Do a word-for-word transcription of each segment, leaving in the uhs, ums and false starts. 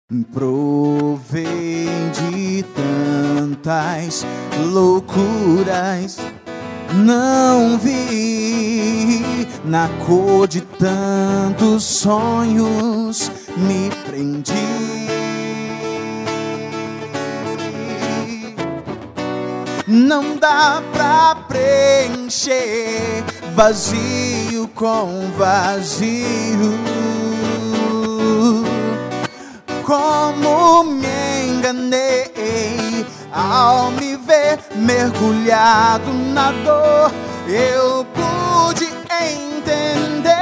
Provei de tantas loucuras, não vi na cor de tantos sonhos, me prendi. Não dá pra preencher vazio com vazio. Como me enganei ao me ver mergulhado na dor, eu pude entender.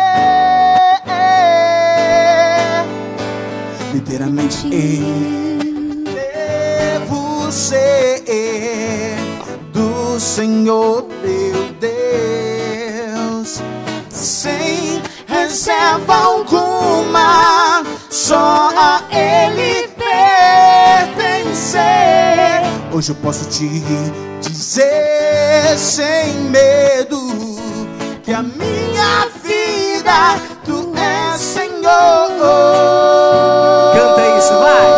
Literalmente eu devo ser do Senhor meu Deus, sem reserva alguma, só a Ele pertencer. Hoje eu posso te dizer sem medo que a minha vida Tu és Senhor. Canta isso, vai!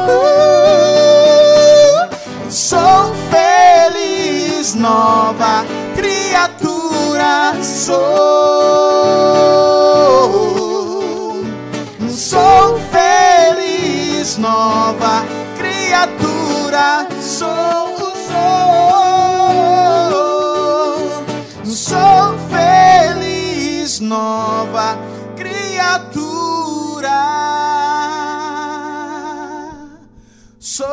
Sou feliz, nova criatura sou. Sou feliz, nova criatura sou, sou. Sou feliz, nova criatura sou.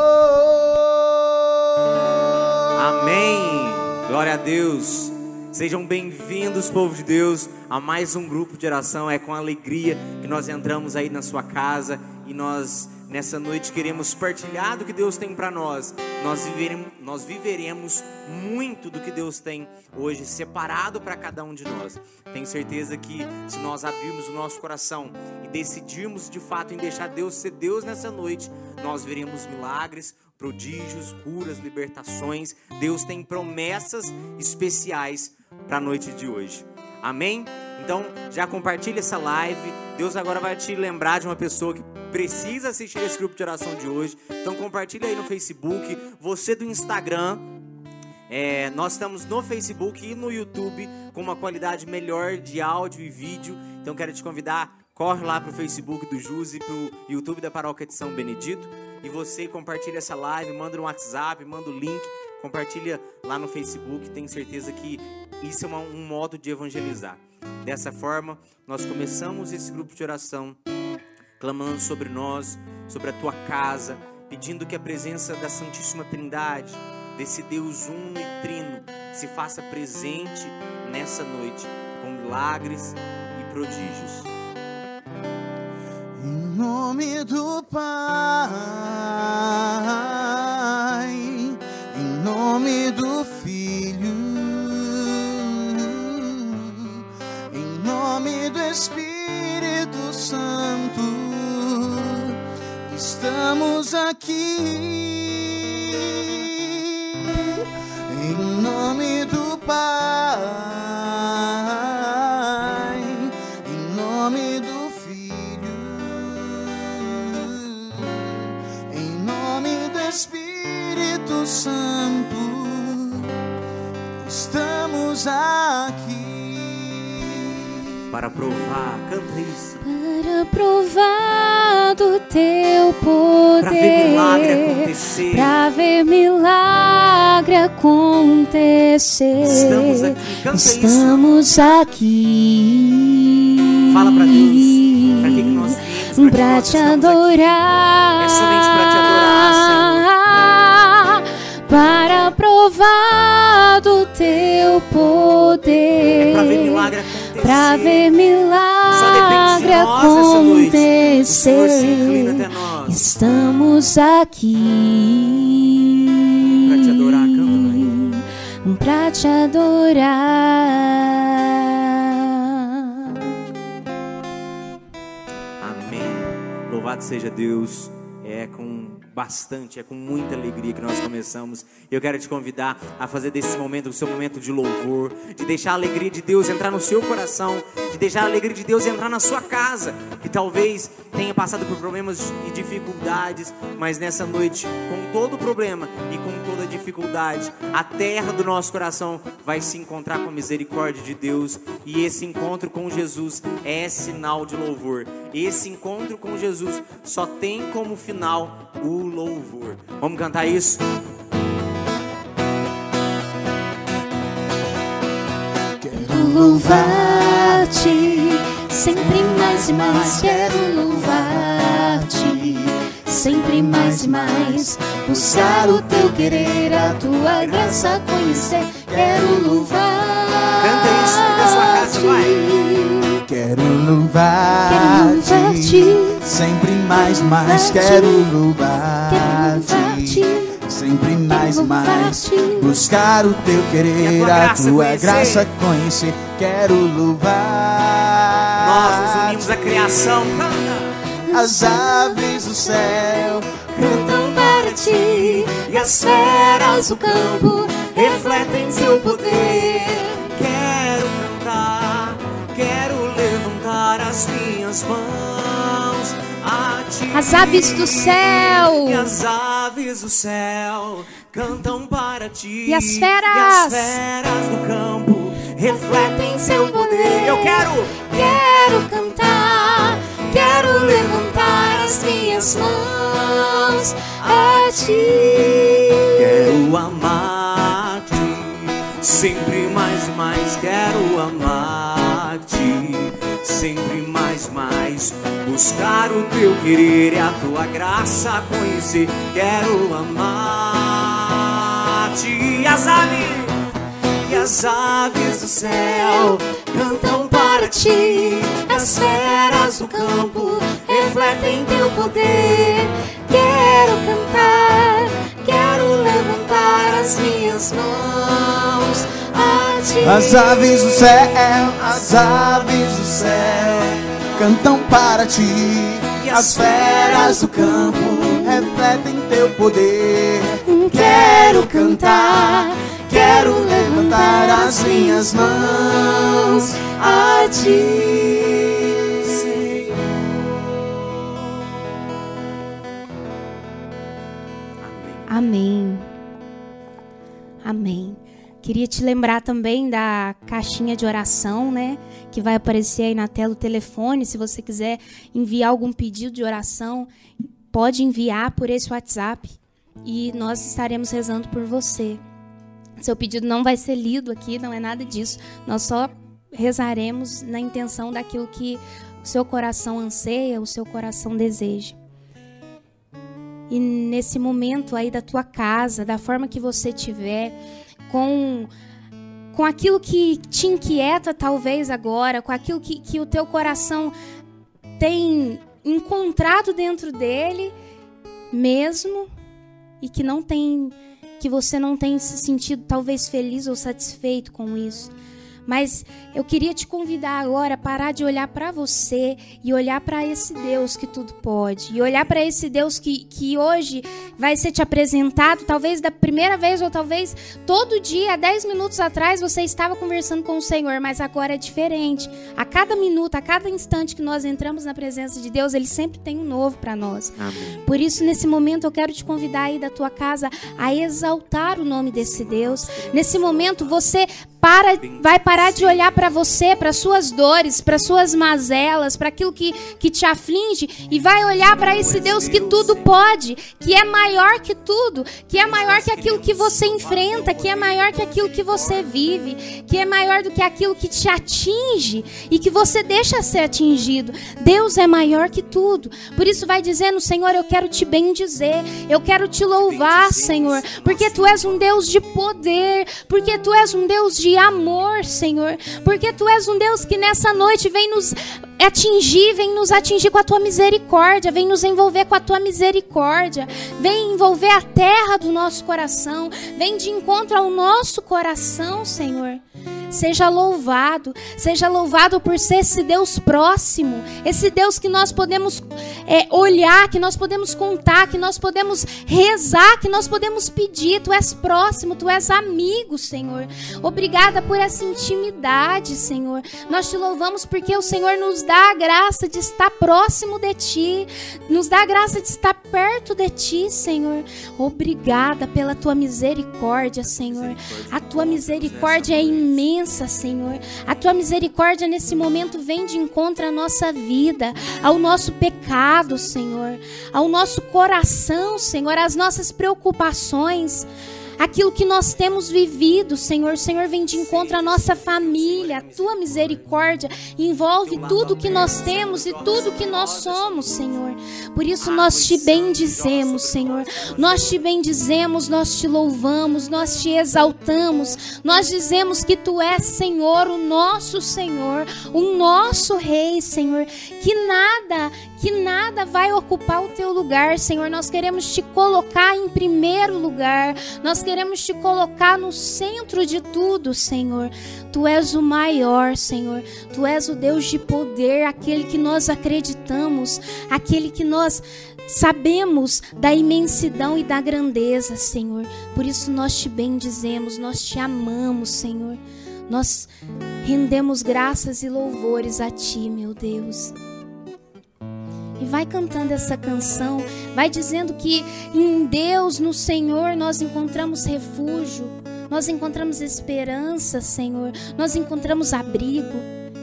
Amém. Glória a Deus. Sejam bem-vindos, povo de Deus, a mais um grupo de oração. É com alegria que nós entramos aí na sua casa e nós, nessa noite, queremos partilhar do que Deus tem para nós. Nós viveremos, nós viveremos muito do que Deus tem hoje separado para cada um de nós. Tenho certeza que se nós abrirmos o nosso coração e decidirmos de fato em deixar Deus ser Deus nessa noite, nós veremos milagres, prodígios, curas, libertações. Deus tem promessas especiais para a noite de hoje. Amém? Então já compartilha essa live. Deus agora vai te lembrar de uma pessoa que precisa assistir esse grupo de oração de hoje. Então compartilha aí no Facebook. Você do Instagram, é, nós estamos no Facebook e no YouTube com uma qualidade melhor de áudio e vídeo. Então quero te convidar, corre lá pro Facebook do Jus e pro YouTube da Paróquia de São Benedito. E você compartilha essa live, manda um WhatsApp, manda o link, compartilha lá no Facebook. Tenho certeza que isso é uma, um modo de evangelizar. Dessa forma, nós começamos esse grupo de oração clamando sobre nós, sobre a tua casa, pedindo que a presença da Santíssima Trindade, desse Deus uno e trino, se faça presente nessa noite, com milagres e prodígios. Em nome do Pai, em nome do Filho, em nome do Espírito Santo, estamos aqui. Em nome do Pai, em nome do Espírito Santo, estamos aqui para provar, canta isso, para provar do teu poder, para ver milagre acontecer, para ver milagre acontecer. Estamos aqui, canta estamos isso. aqui. Fala para Deus, para que, que nós viemos, para te adorar. É somente para te adorar, Senhor. Para provar do teu poder, é para ver milagre acontecer, para ver milagre acontecer. Se inclina até nós. Estamos aqui para te adorar, canta aí, para te adorar. Amém. Louvado seja Deus. É com bastante, é com muita alegria que nós começamos. Eu quero te convidar a fazer desse momento o seu momento de louvor, de deixar a alegria de Deus entrar no seu coração, de deixar a alegria de Deus entrar na sua casa, que talvez tenha passado por problemas e dificuldades, mas nessa noite, com todo o problema e com toda a dificuldade, a terra do nosso coração vai se encontrar com a misericórdia de Deus, e esse encontro com Jesus é sinal de louvor. Esse encontro com Jesus só tem como final o louvor. Vamos cantar isso? Quero louvar-te, sempre mais e mais. Quero louvar-te, sempre mais e mais. Buscar o teu querer, a tua graça conhecer. Quero louvar-te. Canta isso da sua casa, vai. Quero louvar-te, sempre mais, mais. Quero louvar-te, sempre mais, mais. Buscar o teu querer, a tua graça conhecer. Quero louvar. Nós nos unimos à criação. As aves do céu Cantam para ti, e as feras do campo refletem seu poder. Quero cantar, quero levantar as minhas mãos a ti. As aves do céu, E as aves do céu cantam para ti. E as feras, e as feras do campo refletem seu poder. Eu quero, quero cantar, quero levantar as minhas mãos a ti. quero amar-te, sempre mais e mais. Quero amar-te, sempre mais e mais. Buscar o teu querer e a tua graça conhecer. Quero amar-te. E as aves, e as aves do céu cantam para ti. As feras do campo refletem teu poder. Quero cantar, quero levantar as minhas mãos a ti. As aves do céu, as aves do céu cantam para ti. As feras do campo refletem teu poder. Quero cantar, quero levantar as minhas mãos a ti, Senhor. Amém. Amém. Queria te lembrar também da caixinha de oração, né? Que vai aparecer aí na tela, o telefone. Se você quiser enviar algum pedido de oração, pode enviar por esse WhatsApp e nós estaremos rezando por você. Seu pedido não vai ser lido aqui, não é nada disso. Nós só rezaremos na intenção daquilo que o seu coração anseia, o seu coração deseja. E nesse momento aí da tua casa, da forma que você tiver, com, com aquilo que te inquieta talvez agora, com aquilo que, que o teu coração tem encontrado dentro dele mesmo, e que não tem, que você não tem se sentido talvez feliz ou satisfeito com isso. Mas eu queria te convidar agora a parar de olhar para você e olhar para esse Deus que tudo pode. E olhar para esse Deus que, que hoje vai ser te apresentado, talvez da primeira vez ou talvez todo dia, há dez minutos atrás, você estava conversando com o Senhor, mas agora é diferente. A cada minuto, a cada instante que nós entramos na presença de Deus, Ele sempre tem um novo para nós. Amém. Por isso, nesse momento, eu quero te convidar aí da tua casa a exaltar o nome desse Deus. Nesse momento, você para, vai parar de olhar para você, para suas dores, para suas mazelas, para aquilo que, que te aflige, e vai olhar para esse Deus que tudo pode, que é maior que tudo, que é maior que aquilo que você enfrenta, que é maior que aquilo que você vive, que é maior do que aquilo que te atinge e que você deixa ser atingido. Deus é maior que tudo. Por isso vai dizendo: Senhor, eu quero te bendizer, eu quero te louvar, Senhor, porque Tu és um Deus de poder, porque Tu és um Deus de amor, Senhor, porque Tu és um Deus que nessa noite vem nos atingir, vem nos atingir com a Tua misericórdia, vem nos envolver com a Tua misericórdia, vem envolver a terra do nosso coração, vem de encontro ao nosso coração, Senhor. Seja louvado, seja louvado por ser esse Deus próximo, esse Deus que nós podemos é, olhar, que nós podemos contar, que nós podemos rezar, que nós podemos pedir. Tu és próximo, tu és amigo, Senhor. Obrigada por essa intimidade, Senhor. Nós te louvamos porque o Senhor nos dá a graça de estar próximo de Ti, nos dá a graça de estar perto de Ti, Senhor. Obrigada pela Tua misericórdia, Senhor. A Tua misericórdia é imensa, Senhor. A Tua misericórdia nesse momento vem de encontro à nossa vida, ao nosso pecado, Senhor, ao nosso coração, Senhor, às nossas preocupações, aquilo que nós temos vivido, Senhor. Senhor, vem de encontro à nossa família. A Tua misericórdia envolve tudo que nós temos e tudo que nós somos, Senhor. Por isso nós te bendizemos, Senhor. Nós te bendizemos, nós te louvamos, nós te exaltamos. Nós dizemos que Tu és, Senhor, o nosso Senhor, o nosso Rei, Senhor. Que nada, que nada vai ocupar o Teu lugar, Senhor. Nós queremos Te colocar em primeiro lugar. Nós queremos Te colocar no centro de tudo, Senhor. Tu és o maior, Senhor. Tu és o Deus de poder, aquele que nós acreditamos, aquele que nós sabemos da imensidão e da grandeza, Senhor. Por isso nós Te bendizemos, nós Te amamos, Senhor. Nós rendemos graças e louvores a Ti, meu Deus. E vai cantando essa canção, vai dizendo que em Deus, no Senhor, nós encontramos refúgio, nós encontramos esperança, Senhor, nós encontramos abrigo.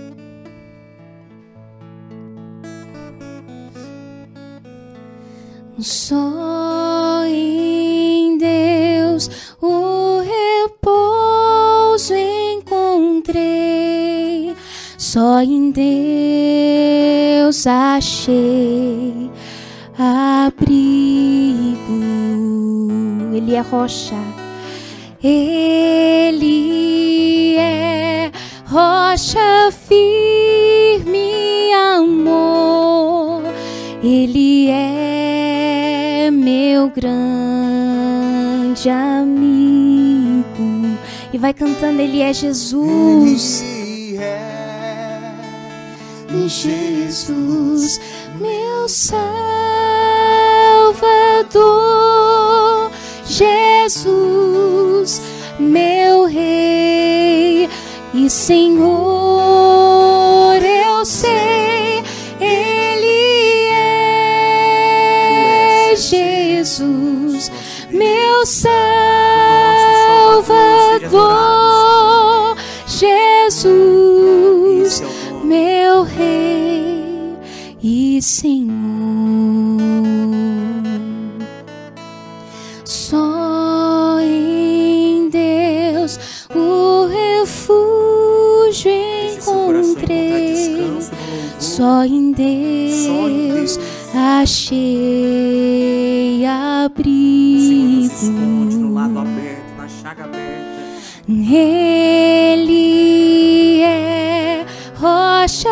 Só em Deus o repouso encontrei, só em Deus achei abrigo. Ele é rocha, Ele é rocha firme, amor. Ele é meu grande amigo. E vai cantando, Ele é Jesus. Ele é Jesus, meu Salvador. Jesus, meu Rei e Senhor, eu sei, Ele é Jesus, meu Salvador. Jesus, meu Rei e Senhor. Só em Deus o refúgio encontrei, só em Deus achei abrigo. No lado aberto, na chaga aberta. Ele é rocha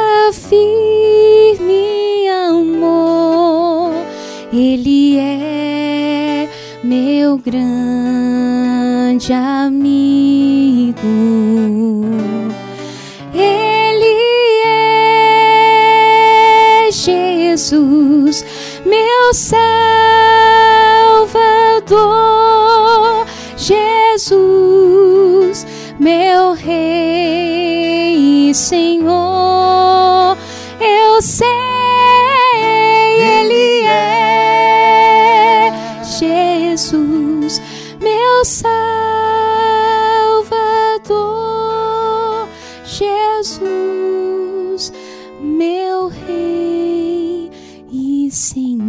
firme, amor. Ele é meu grande amigo. Ele é Jesus, meu Salvador. Jesus, meu Rei e Senhor, eu sei, Ele é Jesus, meu Salvador. Jesus, meu Rei e Senhor.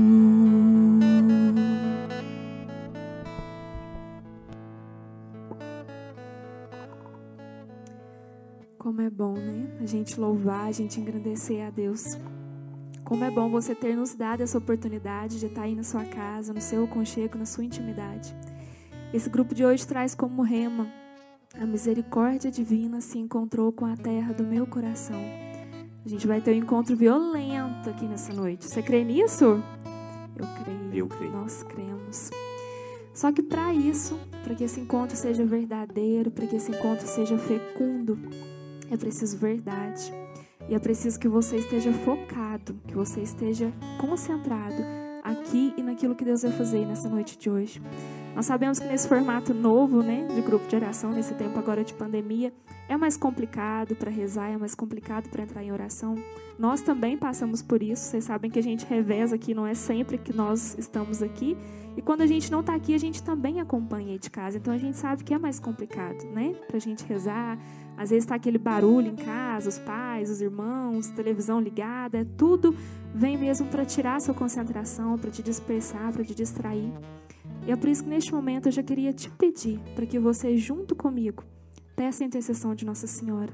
Como é bom, né? A gente louvar, a gente engrandecer a Deus. Como é bom você ter nos dado essa oportunidade de estar aí na sua casa, no seu aconchego, na sua intimidade. Esse grupo de hoje traz como rema: a misericórdia divina se encontrou com a terra do meu coração. A gente vai ter um encontro violento aqui nessa noite. Você crê nisso? Eu creio. Eu creio. Nós cremos. Só que para isso, para que esse encontro seja verdadeiro, para que esse encontro seja fecundo, é preciso verdade. E é preciso que você esteja focado, que você esteja concentrado aqui e naquilo que Deus vai fazer nessa noite de hoje. Nós sabemos que nesse formato novo, né, de grupo de oração, nesse tempo agora de pandemia, é mais complicado para rezar, é mais complicado para entrar em oração. Nós também passamos por isso. Vocês sabem que a gente reveza aqui, não é sempre que nós estamos aqui. E quando a gente não está aqui, a gente também acompanha aí de casa. Então a gente sabe que é mais complicado, né, para a gente rezar. Às vezes está aquele barulho em casa, os pais, os irmãos, televisão ligada, tudo vem mesmo para tirar a sua concentração, para te dispersar, para te distrair. E é por isso que neste momento eu já queria te pedir para que você, junto comigo, peça a intercessão de Nossa Senhora.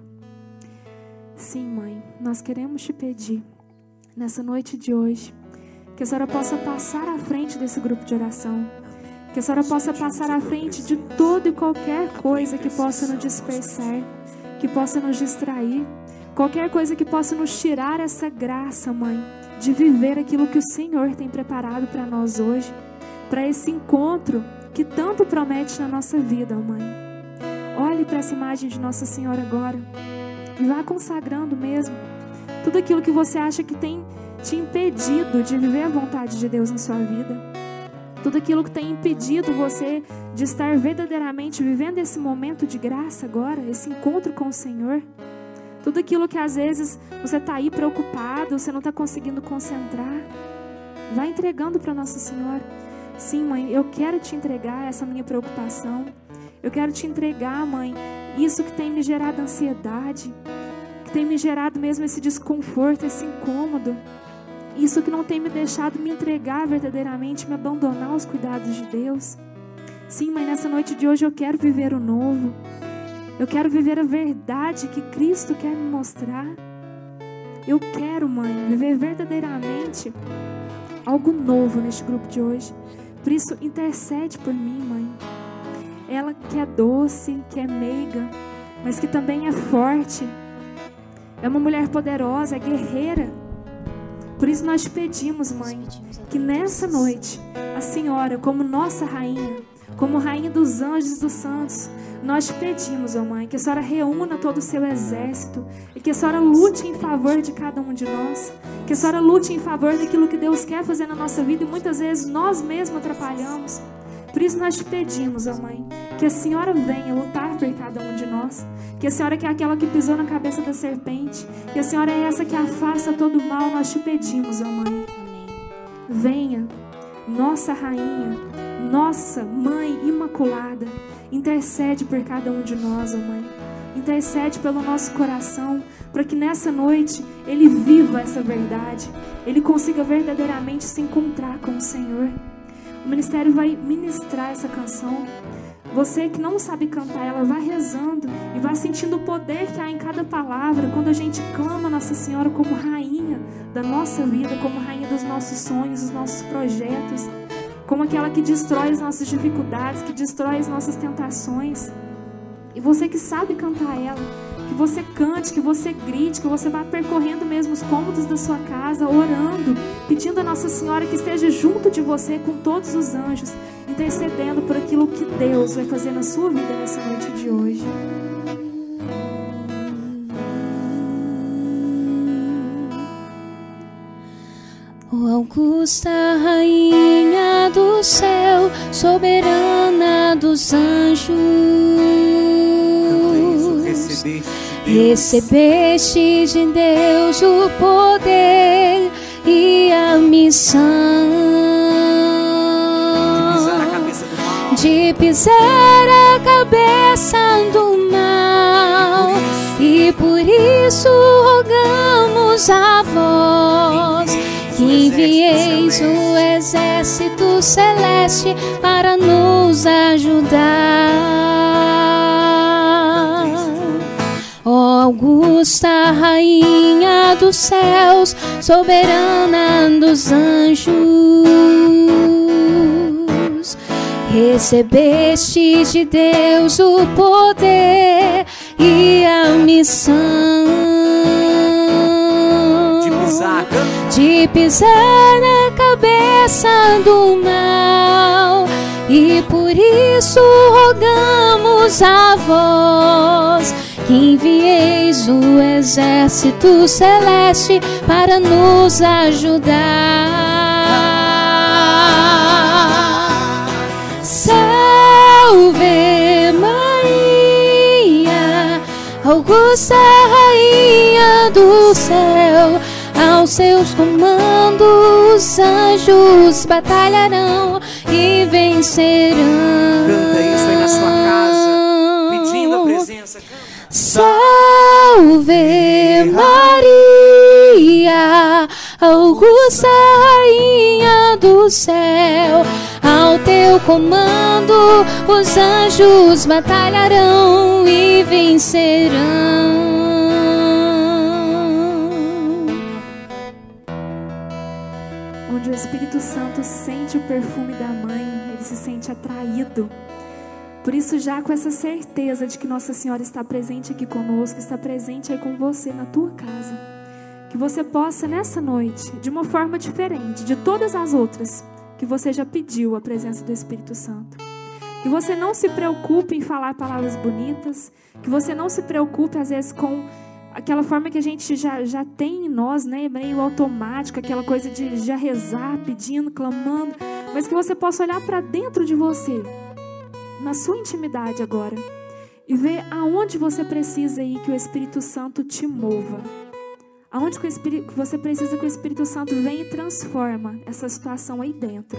Sim, Mãe, nós queremos te pedir, nessa noite de hoje, que a Senhora possa passar à frente desse grupo de oração, que a Senhora possa passar à frente de toda e qualquer coisa que possa nos dispersar, que possa nos distrair, qualquer coisa que possa nos tirar essa graça, Mãe, de viver aquilo que o Senhor tem preparado para nós hoje, para esse encontro que tanto promete na nossa vida, Mãe. Olhe para essa imagem de Nossa Senhora agora e vá consagrando mesmo tudo aquilo que você acha que tem te impedido de viver a vontade de Deus na sua vida. Tudo aquilo que tem impedido você de estar verdadeiramente vivendo esse momento de graça agora, esse encontro com o Senhor. Tudo aquilo que às vezes você está aí preocupado, você não está conseguindo concentrar. Vai entregando para Nossa Senhora. Sim, Mãe, eu quero te entregar essa minha preocupação. Eu quero te entregar, Mãe, isso que tem me gerado ansiedade, que tem me gerado mesmo esse desconforto, esse incômodo. Isso que não tem me deixado me entregar verdadeiramente, me abandonar aos cuidados de Deus. Sim, Mãe, nessa noite de hoje eu quero viver o novo. Eu quero viver a verdade que Cristo quer me mostrar. Eu quero, Mãe, viver verdadeiramente algo novo neste grupo de hoje. Por isso, intercede por mim, Mãe. Ela que é doce, que é meiga, mas que também é forte. É uma mulher poderosa, é guerreira. Por isso nós te pedimos, Mãe, que nessa noite, a Senhora, como nossa rainha, como rainha dos anjos e dos santos, nós te pedimos, ó Mãe, que a Senhora reúna todo o seu exército e que a Senhora lute em favor de cada um de nós, que a Senhora lute em favor daquilo que Deus quer fazer na nossa vida e muitas vezes nós mesmos atrapalhamos. Por isso nós te pedimos, ó Mãe, que a Senhora venha lutar por cada um de nós, que a Senhora que é aquela que pisou na cabeça da serpente, que a Senhora é essa que afasta todo o mal. Nós te pedimos, ó Mãe, venha, nossa rainha, nossa Mãe Imaculada, intercede por cada um de nós, ó Mãe, intercede pelo nosso coração, para que nessa noite ele viva essa verdade, ele consiga verdadeiramente se encontrar com o Senhor. O ministério vai ministrar essa canção. Você que não sabe cantar ela, vai rezando e vai sentindo o poder que há em cada palavra quando a gente clama Nossa Senhora como rainha da nossa vida, como rainha dos nossos sonhos, dos nossos projetos, como aquela que destrói as nossas dificuldades, que destrói as nossas tentações. E você que sabe cantar ela, que você cante, que você grite, que você vá percorrendo mesmo os cômodos da sua casa, orando, pedindo a Nossa Senhora que esteja junto de você com todos os anjos, intercedendo por aquilo que Deus vai fazer na sua vida nessa noite de hoje. Ó Augusta Rainha do céu, soberana dos anjos, recebeste de Deus o poder e a missão de pisar a cabeça do mal, e por isso rogamos a vós que envieis o exército celeste para nos ajudar. Ó Augusta Rainha dos céus, soberana dos anjos, recebeste de Deus o poder e a missão de pisar, de pisar na cabeça do mal, e por Por isso rogamos a vós que envieis o exército celeste para nos ajudar. Salve Maria, augusta rainha do céu, aos seus comandos os anjos batalharão e vencerão. Canta isso aí na sua casa, pedindo a presença. Salve Maria, augusta rainha do céu, ao teu comando os anjos batalharão e vencerão. Onde o Espírito Santo sente o perfume da mãe, ele se sente atraído. Por isso, já com essa certeza de que Nossa Senhora está presente aqui conosco, está presente aí com você na tua casa, que você possa nessa noite, de uma forma diferente de todas as outras, que você já pediu a presença do Espírito Santo. Que você não se preocupe em falar palavras bonitas, que você não se preocupe às vezes com aquela forma que a gente já, já tem em nós, né, meio automática, aquela coisa de já rezar, pedindo, clamando, mas que você possa olhar para dentro de você, na sua intimidade agora, e ver aonde você precisa ir que o Espírito Santo te mova. Aonde que o Espírito, você precisa que o Espírito Santo venha e transforma essa situação aí dentro.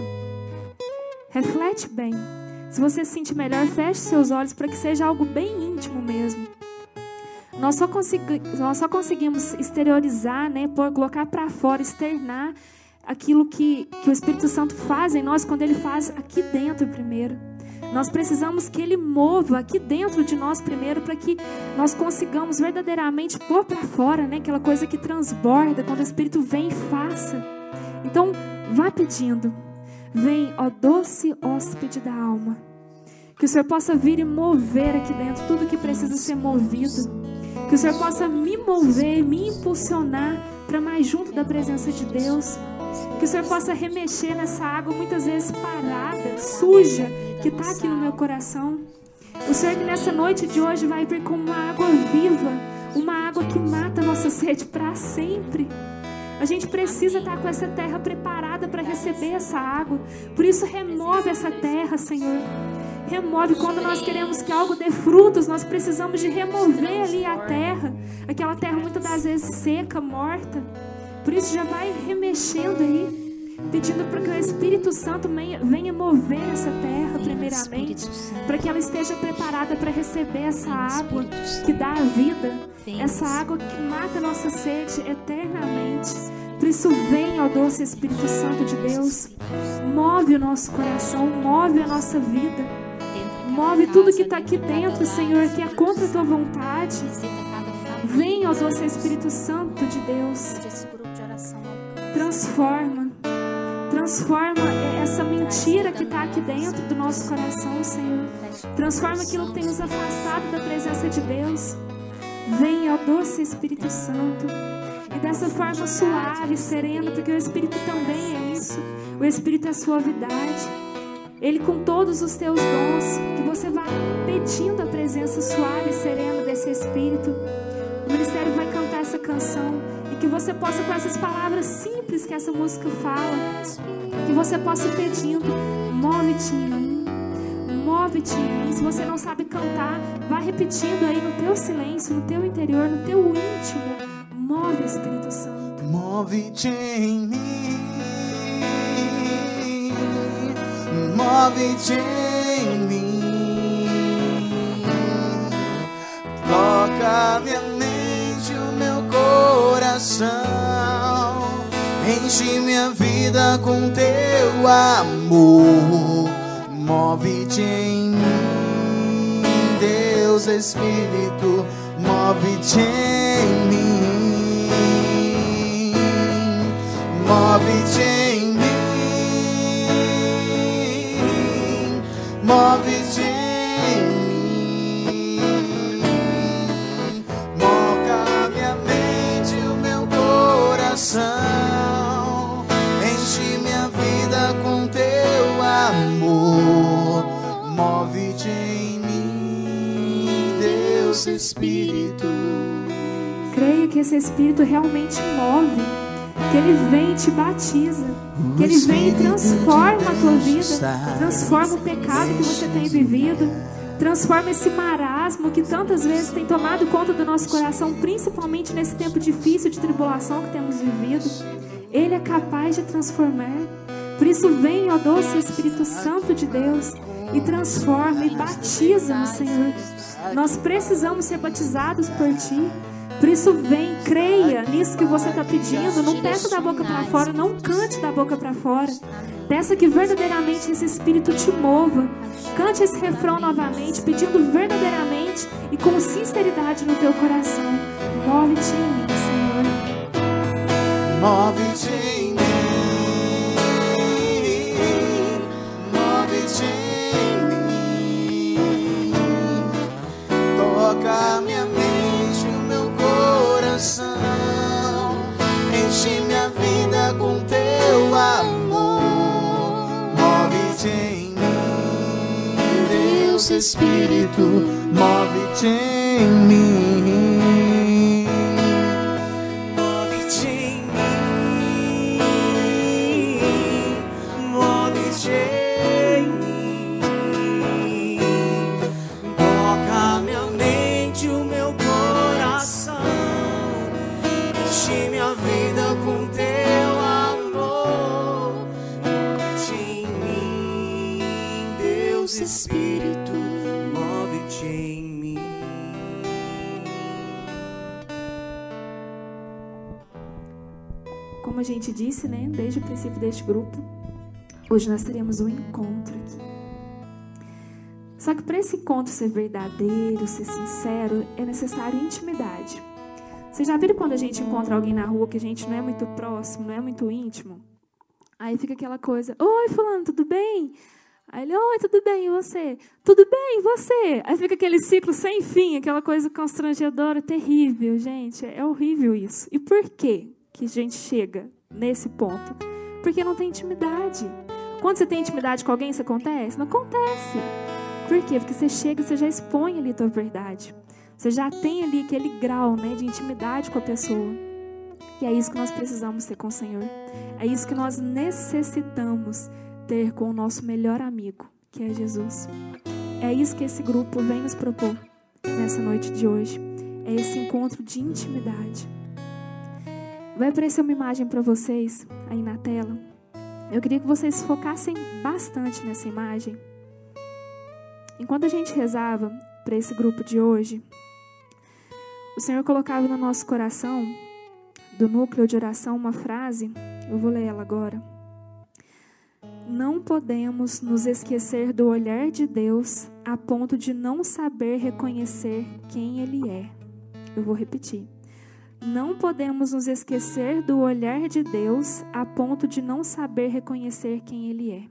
Reflete bem. Se você se sentir melhor, feche seus olhos para que seja algo bem íntimo mesmo. Nós só, consegui, nós só conseguimos exteriorizar, né, por, colocar para fora, externar aquilo que, que o Espírito Santo faz em nós quando ele faz aqui dentro primeiro. Nós precisamos que ele mova aqui dentro de nós primeiro para que nós consigamos verdadeiramente pôr para fora, né, aquela coisa que transborda quando o Espírito vem e faça. Então, vá pedindo. Vem, ó doce hóspede da alma. Que o Senhor possa vir e mover aqui dentro tudo que precisa ser movido. Que o Senhor possa me mover, me impulsionar para mais junto da presença de Deus. Que o Senhor possa remexer nessa água muitas vezes parada, suja, que está aqui no meu coração. O Senhor que nessa noite de hoje vai vir como uma água viva, uma água que mata a nossa sede para sempre. A gente precisa estar com essa terra preparada para receber essa água. Por isso remove essa terra, Senhor. Remove. Quando nós queremos que algo dê frutos, nós precisamos de remover ali a terra, aquela terra muitas das vezes seca, morta. Por isso já vai remexendo aí, pedindo para que o Espírito Santo venha, venha mover essa terra primeiramente, para que ela esteja preparada para receber essa água que dá a vida, essa água que mata a nossa sede eternamente. Por isso vem, ó doce Espírito Santo de Deus, move o nosso coração, move a nossa vida, move tudo que está aqui dentro, Senhor, que é contra a tua vontade. Vem, ó doce Espírito Santo de Deus, transforma, transforma essa mentira que está aqui dentro do nosso coração, Senhor. Transforma aquilo que tem nos afastado da presença de Deus. Vem, ó doce Espírito Santo, e dessa forma suave, serena, porque o Espírito também é isso. O Espírito é suavidade. Ele com todos os teus dons, que você vá pedindo a presença suave e serena desse Espírito. O ministério vai cantar essa canção e que você possa, com essas palavras simples que essa música fala, que você possa ir pedindo, move-te em mim, move-te em mim. Se você não sabe cantar, vá repetindo aí no teu silêncio, no teu interior, no teu íntimo. Move, Espírito Santo. Move-te em mim, move-te em mim, toca minha mente, o meu coração, enche minha vida com teu amor. Move-te em mim, Deus Espírito, move-te em mim, move-te em mim, move-te em mim, moca minha mente, o meu coração, enche minha vida com teu amor. Espírito. Creia que esse Espírito realmente move, que Ele vem e te batiza, que Ele vem e transforma a tua vida, transforma o pecado que você tem vivido, transforma esse marasmo que tantas vezes tem tomado conta do nosso coração, principalmente nesse tempo difícil de tribulação que temos vivido. Ele é capaz de transformar. Por isso vem, ó doce Espírito Santo de Deus, e transforma e batiza no Senhor. Nós precisamos ser batizados por Ti. Por isso vem, creia nisso que você está pedindo. Não peça da boca para fora, não cante da boca para fora. Peça que verdadeiramente esse Espírito te mova. Cante esse refrão novamente, pedindo verdadeiramente e com sinceridade no teu coração. Move-te em mim, Senhor. Move-te em mim. Move-te em mim. Toca minha mente, o meu coração. Enche minha vida com teu amor. Move-te em mim, Deus Espírito. Move-te em mim. Move-te em mim. Move-te em mim. Toca minha mente, o meu coração. Enche minha vida com teu amor. Move-te em mim, Deus Espírito. Move-te em mim. Como a gente disse, né, desde o princípio deste grupo, hoje nós teremos um encontro aqui. Só que para esse encontro ser verdadeiro, ser sincero, é necessário intimidade. Vocês já viram quando a gente encontra alguém na rua que a gente não é muito próximo, não é muito íntimo? Aí fica aquela coisa: oi, fulano, tudo bem? Aí ele: oi, tudo bem, e você? Tudo bem, e você? Aí fica aquele ciclo sem fim, aquela coisa constrangedora, terrível, gente. É horrível isso. E por quê que a gente chega nesse ponto? Porque não tem intimidade. Quando você tem intimidade com alguém, isso acontece? Não acontece. Por quê? Porque você chega e você já expõe ali a tua verdade. Você já tem ali aquele grau, né, de intimidade com a pessoa. E é isso que nós precisamos ter com o Senhor. É isso que nós necessitamos ter com o nosso melhor amigo, que é Jesus. É isso que esse grupo vem nos propor nessa noite de hoje. É esse encontro de intimidade. Vai aparecer uma imagem para vocês aí na tela. Eu queria que vocês focassem bastante nessa imagem. Enquanto a gente rezava para esse grupo de hoje, o Senhor colocava no nosso coração, do núcleo de oração, uma frase. Eu vou ler ela agora. Não podemos nos esquecer do olhar de Deus a ponto de não saber reconhecer quem Ele é. Eu vou repetir. Não podemos nos esquecer do olhar de Deus a ponto de não saber reconhecer quem Ele é.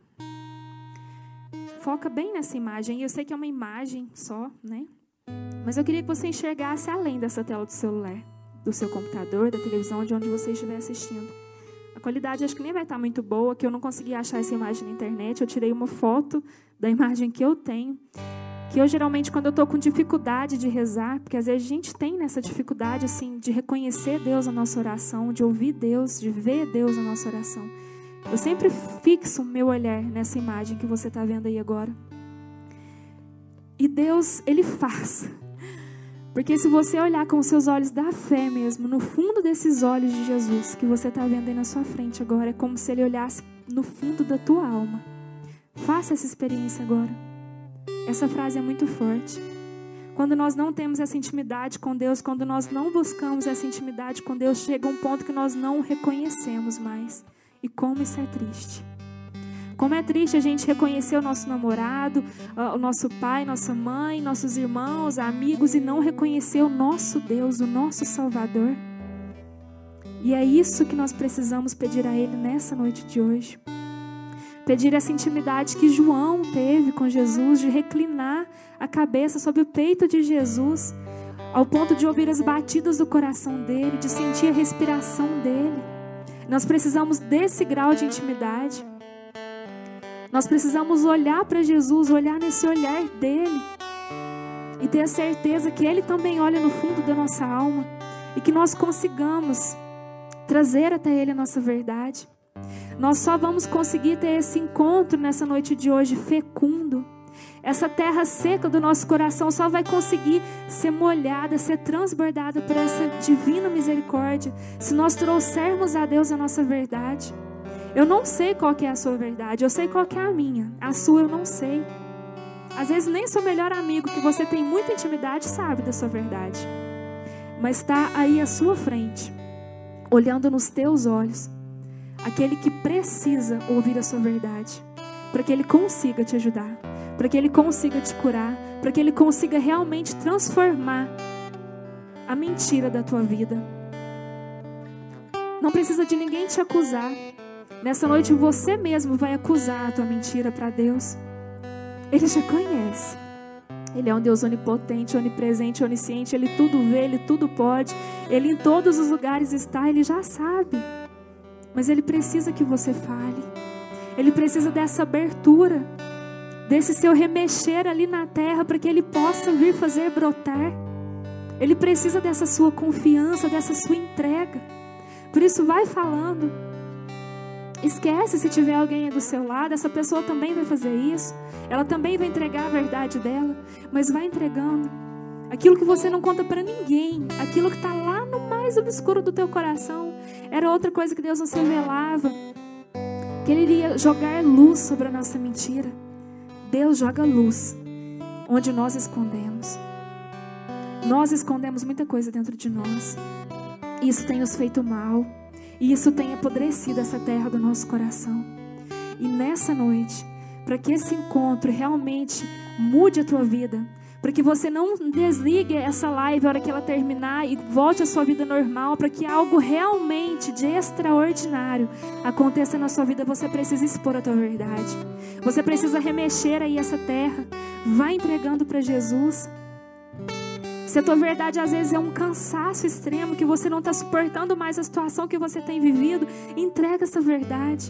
Foca bem nessa imagem. Eu sei que é uma imagem só, né? Mas eu queria que você enxergasse além dessa tela do celular, do seu computador, da televisão, de onde você estiver assistindo. A qualidade acho que nem vai estar muito boa, que eu não consegui achar essa imagem na internet. Eu tirei uma foto da imagem que eu tenho. Que eu, geralmente, quando eu estou com dificuldade de rezar, porque às vezes a gente tem nessa dificuldade assim, de reconhecer Deus na nossa oração, de ouvir Deus, de ver Deus na nossa oração. Eu sempre fixo o meu olhar nessa imagem que você está vendo aí agora. E Deus, Ele faz. Porque se você olhar com os seus olhos da fé mesmo, no fundo desses olhos de Jesus, que você está vendo aí na sua frente agora, é como se Ele olhasse no fundo da tua alma. Faça essa experiência agora. Essa frase é muito forte. Quando nós não temos essa intimidade com Deus, quando nós não buscamos essa intimidade com Deus, chega um ponto que nós não reconhecemos mais. E como isso é triste. Como é triste a gente reconhecer o nosso namorado, o nosso pai, nossa mãe, nossos irmãos, amigos, e não reconhecer o nosso Deus, o nosso Salvador. E é isso que nós precisamos pedir a Ele nessa noite de hoje. Pedir essa intimidade que João teve com Jesus, de reclinar a cabeça sobre o peito de Jesus, ao ponto de ouvir as batidas do coração dele, de sentir a respiração dele. Nós precisamos desse grau de intimidade. Nós precisamos olhar para Jesus, olhar nesse olhar dele e ter a certeza que Ele também olha no fundo da nossa alma e que nós consigamos trazer até Ele a nossa verdade. Nós só vamos conseguir ter esse encontro nessa noite de hoje fecundo. Essa terra seca do nosso coração só vai conseguir ser molhada, ser transbordada por essa divina misericórdia se nós trouxermos a Deus a nossa verdade. Eu não sei qual que é a sua verdade, eu sei qual que é a minha. A sua eu não sei. Às vezes nem seu melhor amigo, que você tem muita intimidade, sabe da sua verdade. Mas está aí à sua frente, olhando nos teus olhos, aquele que precisa ouvir a sua verdade, para que Ele consiga te ajudar, para que Ele consiga te curar, para que Ele consiga realmente transformar a mentira da tua vida. Não precisa de ninguém te acusar. Nessa noite você mesmo vai acusar a tua mentira para Deus. Ele já conhece. Ele é um Deus onipotente, onipresente, onisciente. Ele tudo vê, Ele tudo pode. Ele em todos os lugares está, Ele já sabe. Mas Ele precisa que você fale. Ele precisa dessa abertura, desse seu remexer ali na terra, para que Ele possa vir fazer brotar. Ele precisa dessa sua confiança, dessa sua entrega. Por isso vai falando. Esquece se tiver alguém do seu lado, essa pessoa também vai fazer isso. Ela também vai entregar a verdade dela. Mas vai entregando. Aquilo que você não conta para ninguém, aquilo que está lá no mais obscuro do teu coração, era outra coisa que Deus nos revelava, que Ele iria jogar luz sobre a nossa mentira. Deus joga luz onde nós escondemos. Nós escondemos muita coisa dentro de nós. Isso tem nos feito mal. E isso tem apodrecido essa terra do nosso coração. E nessa noite, para que esse encontro realmente mude a tua vida, para que você não desligue essa live a hora que ela terminar e volte à sua vida normal, para que algo realmente de extraordinário aconteça na sua vida, você precisa expor a tua verdade. Você precisa remexer aí essa terra. Vai entregando para Jesus. Se a tua verdade às vezes é um cansaço extremo, que você não está suportando mais a situação que você tem vivido, entrega essa verdade.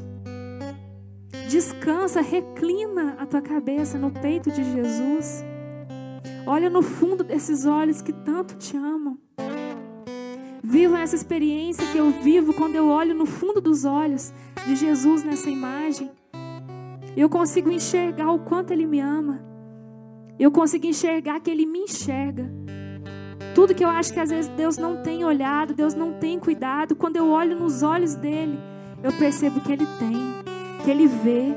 Descansa, reclina a tua cabeça no peito de Jesus. Olha no fundo desses olhos que tanto te amam. Viva essa experiência que eu vivo quando eu olho no fundo dos olhos de Jesus nessa imagem. Eu consigo enxergar o quanto Ele me ama. Eu consigo enxergar que Ele me enxerga. Tudo que eu acho que às vezes Deus não tem olhado, Deus não tem cuidado, quando eu olho nos olhos dEle, eu percebo que Ele tem, que Ele vê.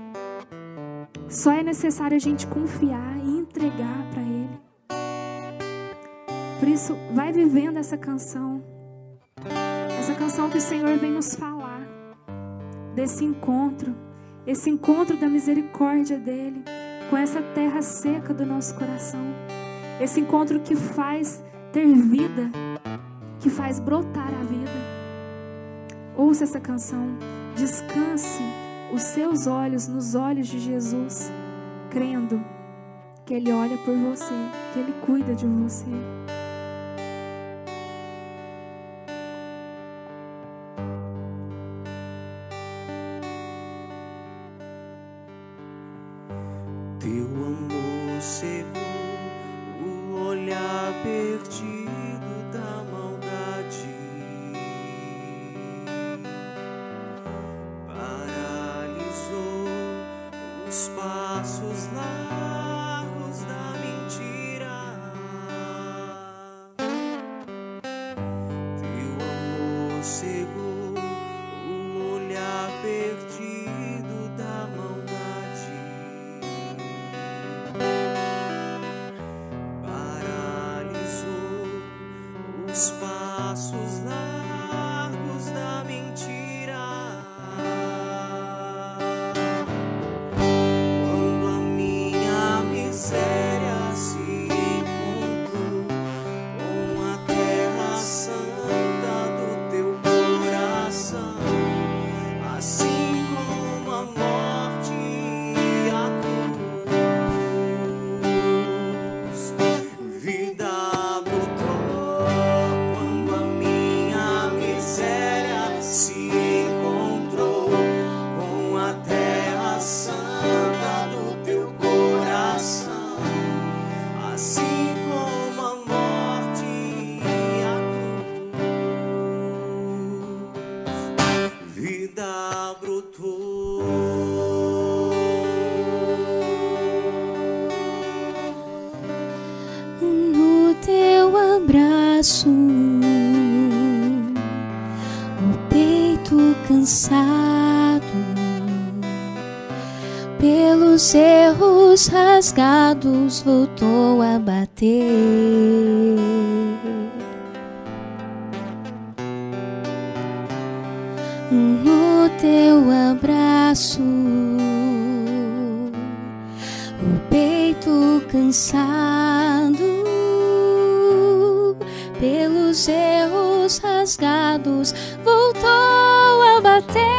Só é necessário a gente confiar e entregar para Ele. Por isso, vai vivendo essa canção. Essa canção que o Senhor vem nos falar. Desse encontro. Esse encontro da misericórdia dEle com essa terra seca do nosso coração. Esse encontro que faz ter vida, que faz brotar a vida. Ouça essa canção. Descanse os seus olhos nos olhos de Jesus, crendo que Ele olha por você, que Ele cuida de você. Teu amor cegou o olhar perdido da maldade, paralisou os passos largos da mentira. Teu amor cegou o olhar perdido da maldade. Os passos largos da mentira. vida brotou. No teu abraço, o peito cansado, pelos erros rasgados, voltou a bater. No teu abraço, o peito cansado, pelos erros rasgados, voltou a bater.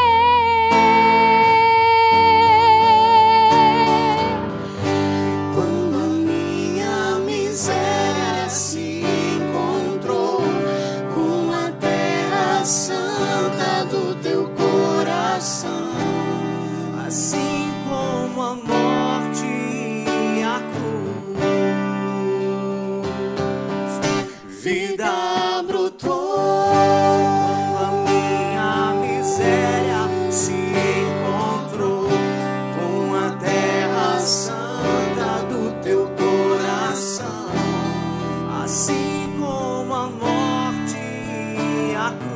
Assim como a morte e a cruz, vida brotou. Quando a minha miséria se encontrou com a terra santa do teu coração, assim como a morte e a cruz.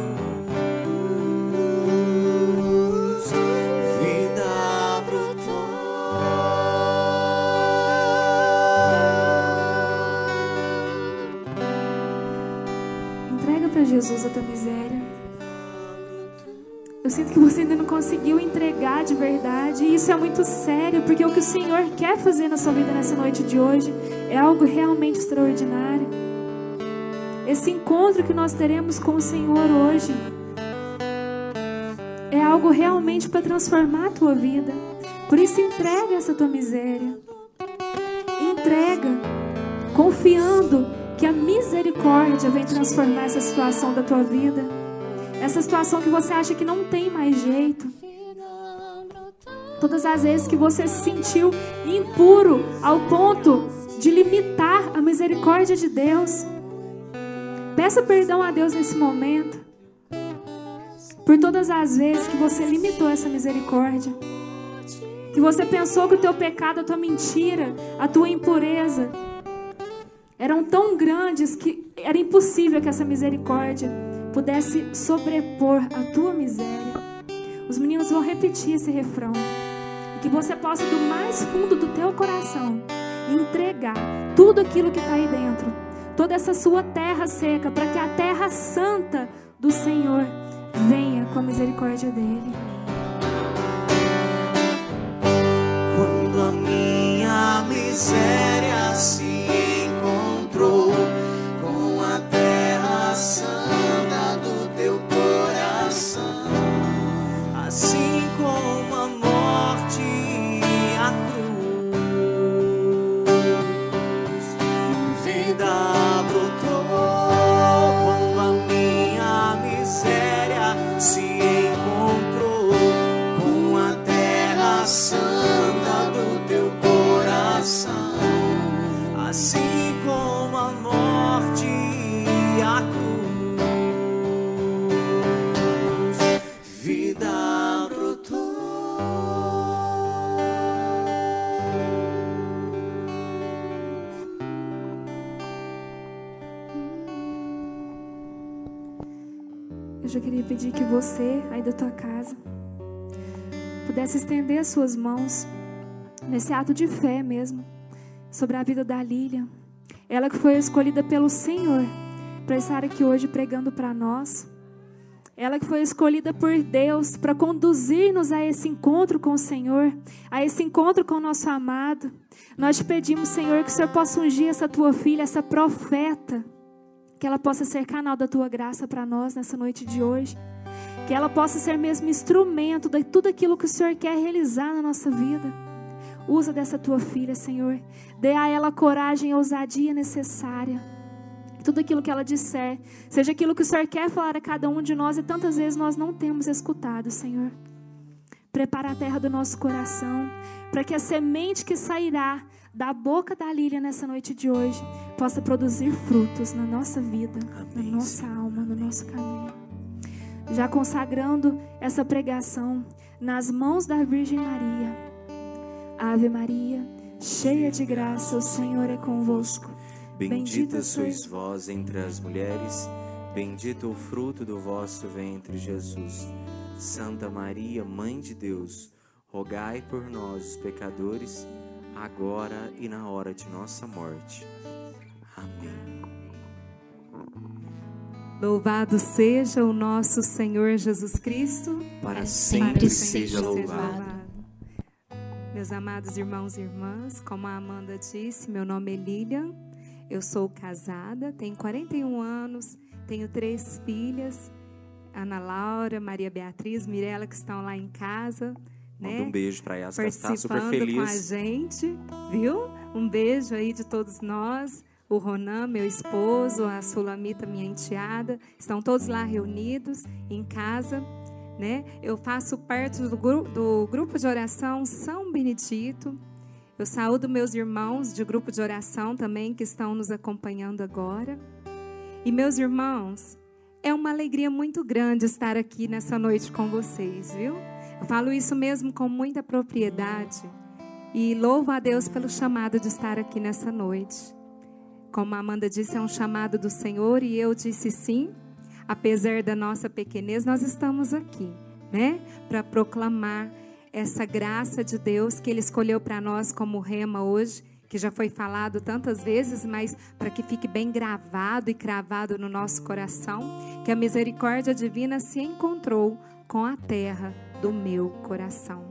Jesus, a tua miséria. Eu sinto que você ainda não conseguiu entregar de verdade, e isso é muito sério, porque o que o Senhor quer fazer na sua vida nessa noite de hoje é algo realmente extraordinário. Esse encontro que nós teremos com o Senhor hoje é algo realmente para transformar a tua vida. Por isso, entrega essa tua miséria. Entrega, confiando que a misericórdia vem transformar essa situação da tua vida. Essa situação que você acha que não tem mais jeito. Todas as vezes que você se sentiu impuro ao ponto de limitar a misericórdia de Deus, peça perdão a Deus nesse momento. Por todas as vezes que você limitou essa misericórdia. Que você pensou que o teu pecado, a tua mentira, a tua impureza eram tão grandes que era impossível que essa misericórdia pudesse sobrepor a tua miséria. Os meninos vão repetir esse refrão. E que você possa, do mais fundo do teu coração, entregar tudo aquilo que está aí dentro. Toda essa sua terra seca, para que a terra santa do Senhor venha com a misericórdia dEle. Quando a minha miséria se com a terra santa do teu coração, assim como a morte e a cruz, vida brotou. Quando a minha miséria se encontrou com a terra santa do teu coração, assim como a morte e a cruz, vida brotou. Eu já queria pedir que você, aí da tua casa, pudesse estender as suas mãos nesse ato de fé mesmo, sobre a vida da Lília. Ela que foi escolhida pelo Senhor para estar aqui hoje pregando para nós. Ela que foi escolhida por Deus para conduzir-nos a esse encontro com o Senhor, a esse encontro com o nosso amado. Nós te pedimos, Senhor, que o Senhor possa ungir essa tua filha, essa profeta, que ela possa ser canal da tua graça para nós nessa noite de hoje. Que ela possa ser mesmo instrumento de tudo aquilo que o Senhor quer realizar na nossa vida. Usa dessa tua filha, Senhor. Dê a ela a coragem e a ousadia necessária. Tudo aquilo que ela disser, seja aquilo que o Senhor quer falar a cada um de nós, e tantas vezes nós não temos escutado, Senhor. Prepara a terra do nosso coração, para que a semente que sairá da boca da Lília nessa noite de hoje possa produzir frutos na nossa vida, Amém, na nossa alma, no nosso caminho. já consagrando essa pregação nas mãos da Virgem Maria. Ave Maria, cheia de graça, o Senhor é convosco. Bendita sois vós entre as mulheres, bendito o fruto do vosso ventre, Jesus. Santa Maria, Mãe de Deus, rogai por nós, os pecadores, agora e na hora de nossa morte. Amém. Louvado seja o nosso Senhor Jesus Cristo, para sempre seja louvado. louvado. Meus amados irmãos e irmãs, como a Amanda disse, meu nome é Lilian, eu sou casada, tenho quarenta e um anos, tenho três filhas, Ana Laura, Maria Beatriz, Mirela, que estão lá em casa, Manda né? um beijo para elas, que está super Participando feliz. com a gente, viu? Um beijo aí de todos nós. O Ronan, meu esposo, a Sulamita, minha enteada, estão todos lá reunidos em casa, né? Eu faço parte do, gru do grupo de oração São Benedito. Eu saúdo meus irmãos de grupo de oração também que estão nos acompanhando agora. E meus irmãos, é uma alegria muito grande estar aqui nessa noite com vocês, viu? Eu falo isso mesmo com muita propriedade e louvo a Deus pelo chamado de estar aqui nessa noite. Como a Amanda disse, é um chamado do Senhor e eu disse sim. Apesar da nossa pequenez, nós estamos aqui, né? Para proclamar essa graça de Deus que Ele escolheu para nós como rema hoje, que já foi falado tantas vezes, mas para que fique bem gravado e cravado no nosso coração, que a misericórdia divina se encontrou com a terra do meu coração.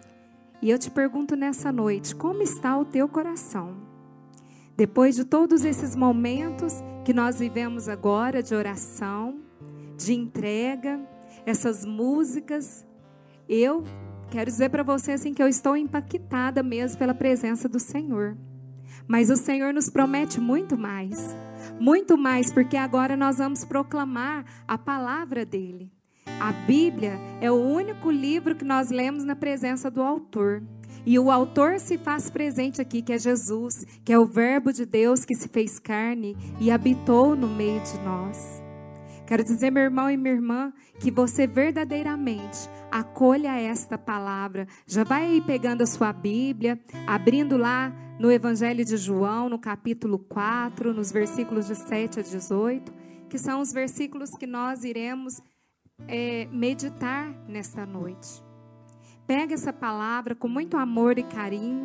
E eu te pergunto nessa noite, como está o teu coração? Depois de todos esses momentos que nós vivemos agora de oração, de entrega, essas músicas, eu quero dizer para você assim, que eu estou impactada mesmo pela presença do Senhor. Mas o Senhor nos promete muito mais, muito mais, porque agora nós vamos proclamar a palavra dEle. A Bíblia é o único livro que nós lemos na presença do autor. E o autor se faz presente aqui, que é Jesus, que é o Verbo de Deus que se fez carne e habitou no meio de nós. Quero dizer, meu irmão e minha irmã, que você verdadeiramente acolha esta palavra. Já vai aí pegando a sua Bíblia, abrindo lá no Evangelho de João, no capítulo quatro, nos versículos de sete a dezoito, que são os versículos que nós iremos é, meditar nesta noite. Pega essa palavra com muito amor e carinho,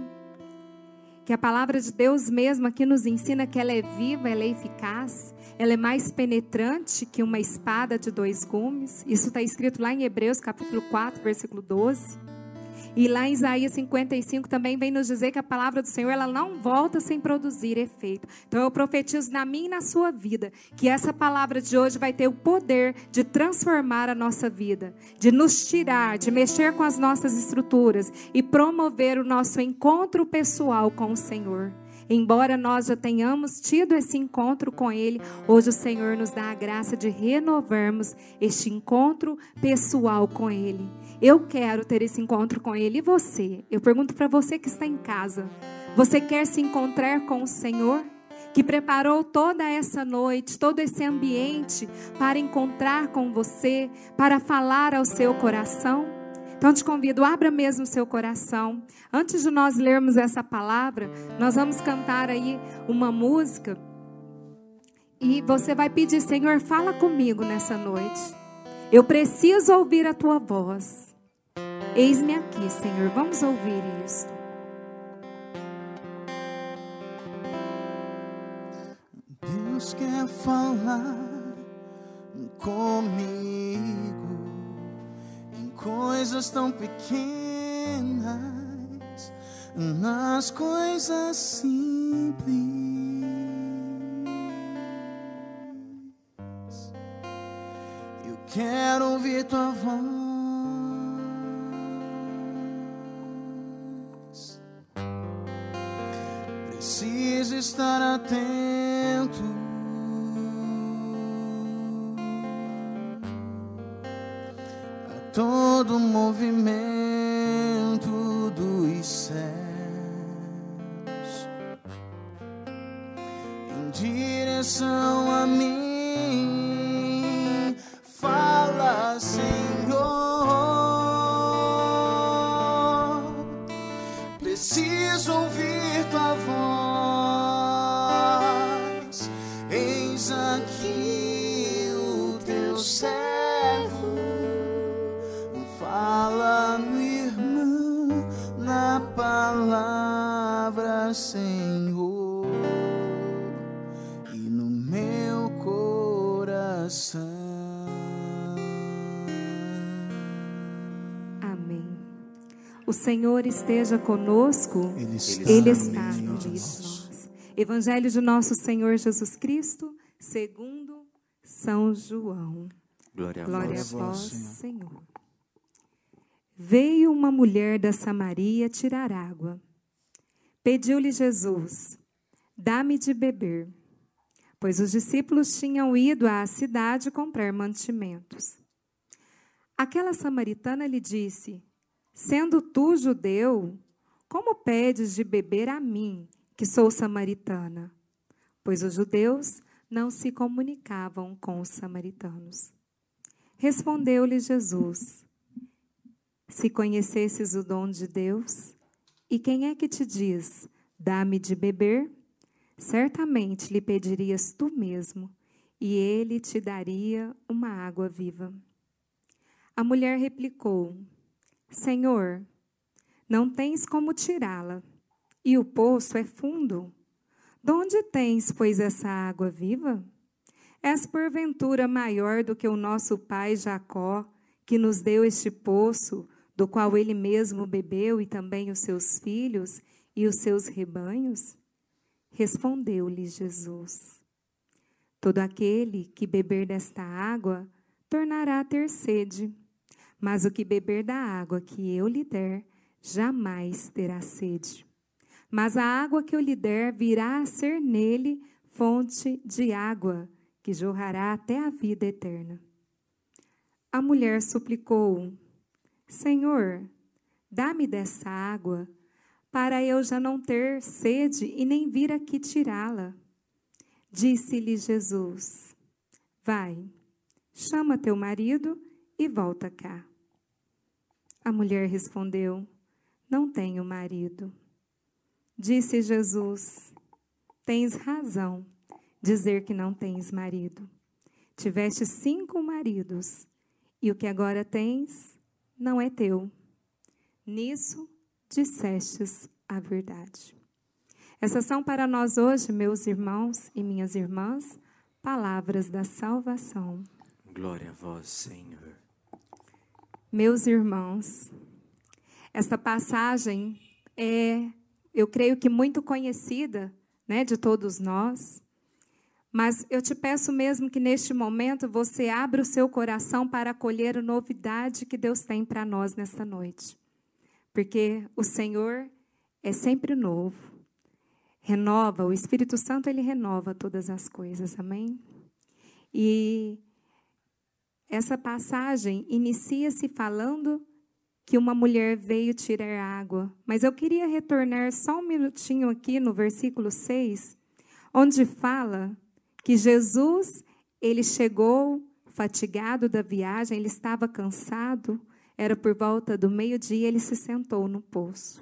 que a palavra de Deus mesmo aqui nos ensina que ela é viva, ela é eficaz, ela é mais penetrante que uma espada de dois gumes. Isso está escrito lá em Hebreus capítulo quatro, versículo doze. E lá em Isaías cinquenta e cinco também vem nos dizer que a palavra do Senhor ela não volta sem produzir efeito. Então eu profetizo na minha e na sua vida que essa palavra de hoje vai ter o poder de transformar a nossa vida, de nos tirar, de mexer com as nossas estruturas e promover o nosso encontro pessoal com o Senhor. Embora nós já tenhamos tido esse encontro com Ele, hoje o Senhor nos dá a graça de renovarmos este encontro pessoal com Ele. Eu quero ter esse encontro com Ele. E você? Eu pergunto para você que está em casa. Você quer se encontrar com o Senhor? Que preparou toda essa noite, todo esse ambiente para encontrar com você, para falar ao seu coração? Então te convido, abra mesmo o seu coração. Antes de nós lermos essa palavra, nós vamos cantar aí uma música. E você vai pedir, Senhor, fala comigo nessa noite. Eu preciso ouvir a tua voz. Eis-me aqui, Senhor. Vamos ouvir isso. Deus quer falar comigo em coisas tão pequenas, nas coisas simples. Eu quero ouvir tua voz. Preciso estar atento todo movimento dos céus em direção a mim. Fala, preciso ouvir tua voz. Eis aqui o teu servo, fala, meu irmão, na palavra, Senhor, e no meu coração. O Senhor esteja conosco, Ele está, Ele está no meio de nós. Evangelho de nosso Senhor Jesus Cristo, segundo São João. Glória a Glória vós, a vós, Senhor. Senhor. Veio uma mulher da Samaria tirar água. Pediu-lhe Jesus, dá-me de beber, pois os discípulos tinham ido à cidade comprar mantimentos. Aquela samaritana lhe disse, sendo tu judeu, como pedes de beber a mim, que sou samaritana? Pois os judeus não se comunicavam com os samaritanos. Respondeu-lhe Jesus, se conhecesses o dom de Deus, e quem é que te diz, dá-me de beber? Certamente lhe pedirias tu mesmo, e ele te daria uma água viva. A mulher replicou, Senhor, não tens como tirá-la, e o poço é fundo. De onde tens, pois, essa água viva? És porventura maior do que o nosso pai Jacó, que nos deu este poço, do qual ele mesmo bebeu, e também os seus filhos e os seus rebanhos? Respondeu-lhe Jesus, todo aquele que beber desta água tornará a ter sede. Mas o que beber da água que eu lhe der, jamais terá sede. Mas a água que eu lhe der virá a ser nele fonte de água, que jorrará até a vida eterna. A mulher suplicou, Senhor, dá-me dessa água, para eu já não ter sede e nem vir aqui tirá-la. Disse-lhe Jesus, vai, chama teu marido e volta cá. A mulher respondeu, não tenho marido. Disse Jesus, tens razão, dizer que não tens marido. Tiveste cinco maridos, e o que agora tens não é teu. Nisso dissestes a verdade. Essas são para nós hoje, meus irmãos e minhas irmãs, palavras da salvação. Glória a vós, Senhor. Meus irmãos, esta passagem é, eu creio que muito conhecida, né, de todos nós, mas eu te peço mesmo que neste momento você abra o seu coração para acolher a novidade que Deus tem para nós nesta noite, porque o Senhor é sempre novo, renova, o Espírito Santo ele renova todas as coisas, amém? E essa passagem inicia-se falando que uma mulher veio tirar água. Mas eu queria retornar só um minutinho aqui no versículo seis, onde fala que Jesus, ele chegou fatigado da viagem, ele estava cansado, era por volta do meio-dia, ele se sentou no poço.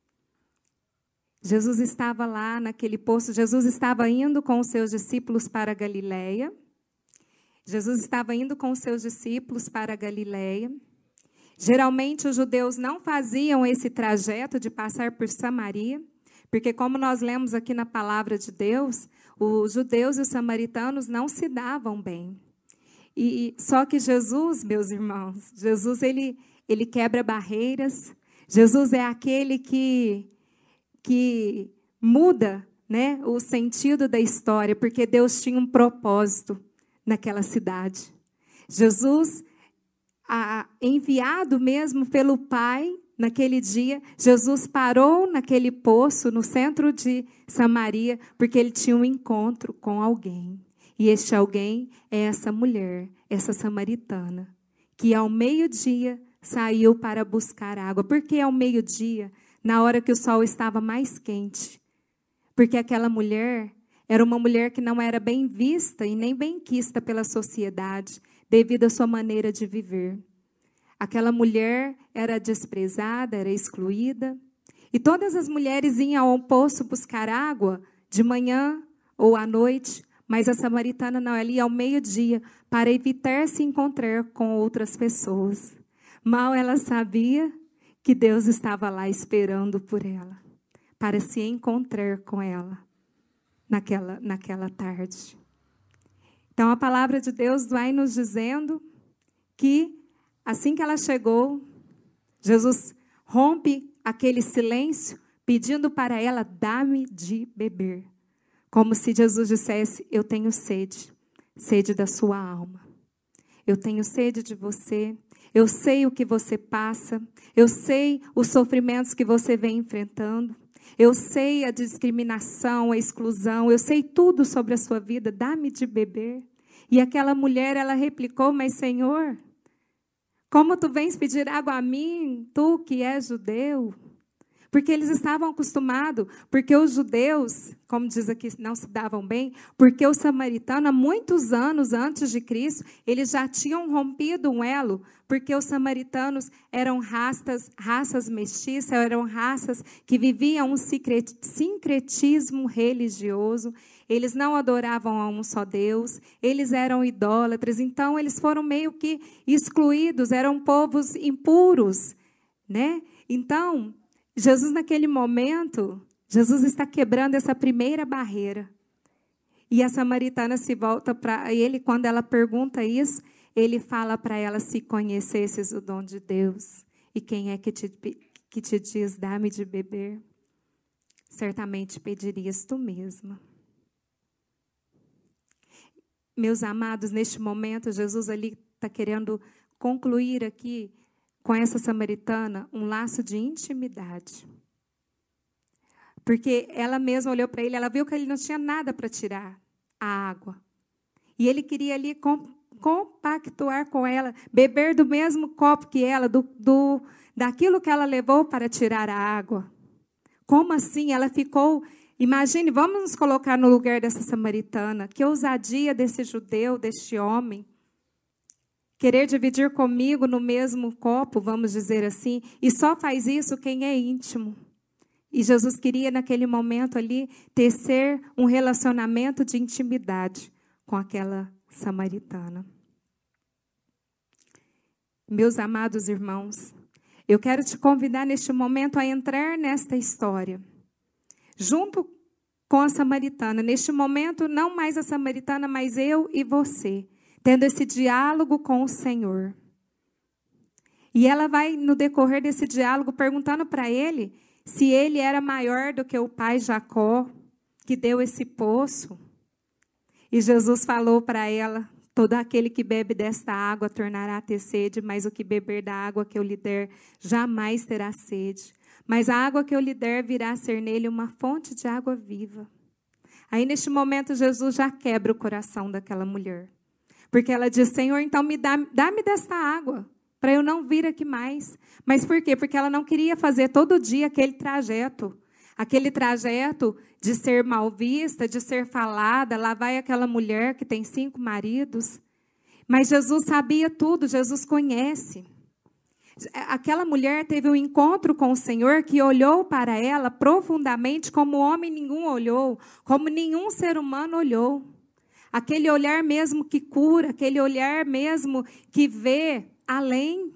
Jesus estava lá naquele poço, Jesus estava indo com os seus discípulos para a Galileia, Jesus estava indo com os seus discípulos para a Galileia. Geralmente os judeus não faziam esse trajeto de passar por Samaria, porque como nós lemos aqui na palavra de Deus, os judeus e os samaritanos não se davam bem. E só que Jesus, meus irmãos, Jesus ele, ele quebra barreiras, Jesus é aquele que, que muda, né, o sentido da história, porque Deus tinha um propósito naquela cidade. Jesus, a, enviado mesmo pelo Pai, naquele dia, Jesus parou naquele poço, no centro de Samaria, porque ele tinha um encontro com alguém. E este alguém é essa mulher, essa samaritana, que ao meio-dia saiu para buscar água. Por que ao meio-dia? Na hora que o sol estava mais quente. Porque aquela mulher era uma mulher que não era bem vista e nem bem quista pela sociedade, devido à sua maneira de viver. Aquela mulher era desprezada, era excluída. E todas as mulheres iam ao poço buscar água de manhã ou à noite, mas a samaritana não, ela ia ao meio-dia para evitar se encontrar com outras pessoas. Mal ela sabia que Deus estava lá esperando por ela, para se encontrar com ela naquela, naquela tarde. Então, a palavra de Deus vai nos dizendo que, assim que ela chegou, Jesus rompe aquele silêncio, pedindo para ela, dá-me de beber. Como se Jesus dissesse, eu tenho sede, sede da sua alma. Eu tenho sede de você, eu sei o que você passa, eu sei os sofrimentos que você vem enfrentando, eu sei a discriminação, a exclusão, eu sei tudo sobre a sua vida, dá-me de beber. E aquela mulher, ela replicou, mas Senhor, como tu vens pedir água a mim, tu que és judeu? Porque eles estavam acostumados, porque os judeus, como diz aqui, não se davam bem, porque o samaritano, há muitos anos antes de Cristo, eles já tinham rompido um elo, porque os samaritanos eram raças, raças mestiças, eram raças que viviam um sincretismo religioso, eles não adoravam a um só Deus, eles eram idólatras, então eles foram meio que excluídos, eram povos impuros, né? Então, Jesus, naquele momento, Jesus está quebrando essa primeira barreira. E a samaritana se volta para ele, quando ela pergunta isso, ele fala para ela, se conhecesses o dom de Deus, e quem é que te, que te diz, dá-me de beber, certamente pedirias tu mesma. Meus amados, neste momento, Jesus ali está querendo concluir aqui, com essa samaritana, um laço de intimidade. Porque ela mesma olhou para ele, ela viu que ele não tinha nada para tirar a água. E ele queria ali compactuar com ela, beber do mesmo copo que ela, do, do, daquilo que ela levou para tirar a água. Como assim? Ela ficou... Imagine, vamos nos colocar no lugar dessa samaritana. Que ousadia desse judeu, deste homem. Querer dividir comigo no mesmo copo, vamos dizer assim, e só faz isso quem é íntimo. E Jesus queria, naquele momento ali, tecer um relacionamento de intimidade com aquela samaritana. Meus amados irmãos, eu quero te convidar neste momento a entrar nesta história, junto com a samaritana. Neste momento, não mais a samaritana, mas eu e você, tendo esse diálogo com o Senhor. E ela vai, no decorrer desse diálogo, perguntando para ele se ele era maior do que o pai Jacó, que deu esse poço. E Jesus falou para ela, todo aquele que bebe desta água tornará a ter sede, mas o que beber da água que eu lhe der jamais terá sede. Mas a água que eu lhe der virá a ser nele uma fonte de água viva. Aí, neste momento, Jesus já quebra o coração daquela mulher. Porque ela diz, Senhor, então me dá, dá-me desta água, para eu não vir aqui mais. Mas por quê? Porque ela não queria fazer todo dia aquele trajeto. Aquele trajeto de ser mal vista, de ser falada. Lá vai aquela mulher que tem cinco maridos. Mas Jesus sabia tudo, Jesus conhece. Aquela mulher teve um encontro com o Senhor que olhou para ela profundamente como homem nenhum olhou, como nenhum ser humano olhou. Aquele olhar mesmo que cura, aquele olhar mesmo que vê além.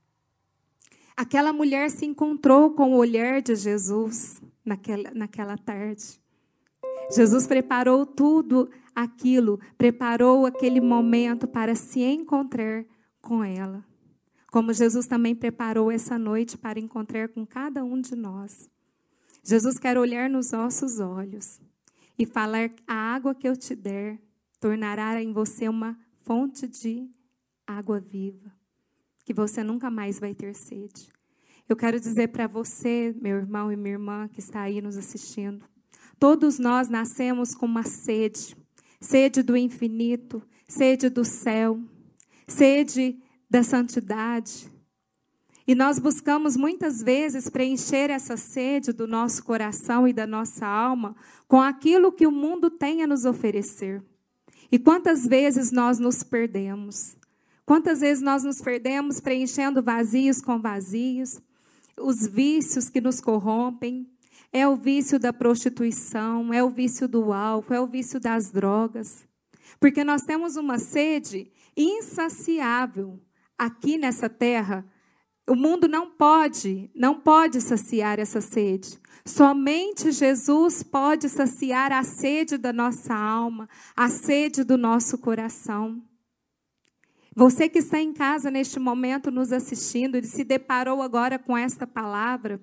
Aquela mulher se encontrou com o olhar de Jesus naquela, naquela tarde. Jesus preparou tudo aquilo, preparou aquele momento para se encontrar com ela. Como Jesus também preparou essa noite para encontrar com cada um de nós. Jesus quer olhar nos nossos olhos e falar, a água que eu te der tornará em você uma fonte de água viva, que você nunca mais vai ter sede. Eu quero dizer para você, meu irmão e minha irmã que está aí nos assistindo, todos nós nascemos com uma sede, sede do infinito, sede do céu, sede da santidade. E nós buscamos muitas vezes preencher essa sede do nosso coração e da nossa alma com aquilo que o mundo tem a nos oferecer. E quantas vezes nós nos perdemos? Quantas vezes nós nos perdemos preenchendo vazios com vazios? os vícios que nos corrompem, é o vício da prostituição, é o vício do álcool, é o vício das drogas. Porque nós temos uma sede insaciável aqui nessa terra. O mundo não pode, não pode saciar essa sede. Somente Jesus pode saciar a sede da nossa alma, a sede do nosso coração. Você que está em casa neste momento nos assistindo e se deparou agora com esta palavra,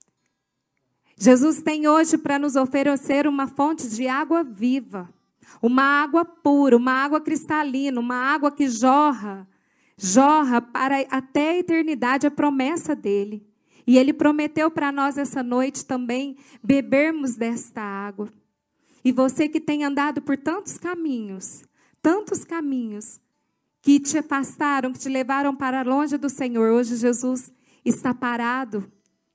Jesus tem hoje para nos oferecer uma fonte de água viva, uma água pura, uma água cristalina, uma água que jorra, jorra para até a eternidade, a promessa dele. E ele prometeu para nós essa noite também bebermos desta água. E você que tem andado por tantos caminhos, tantos caminhos, que te afastaram, que te levaram para longe do Senhor, hoje Jesus está parado,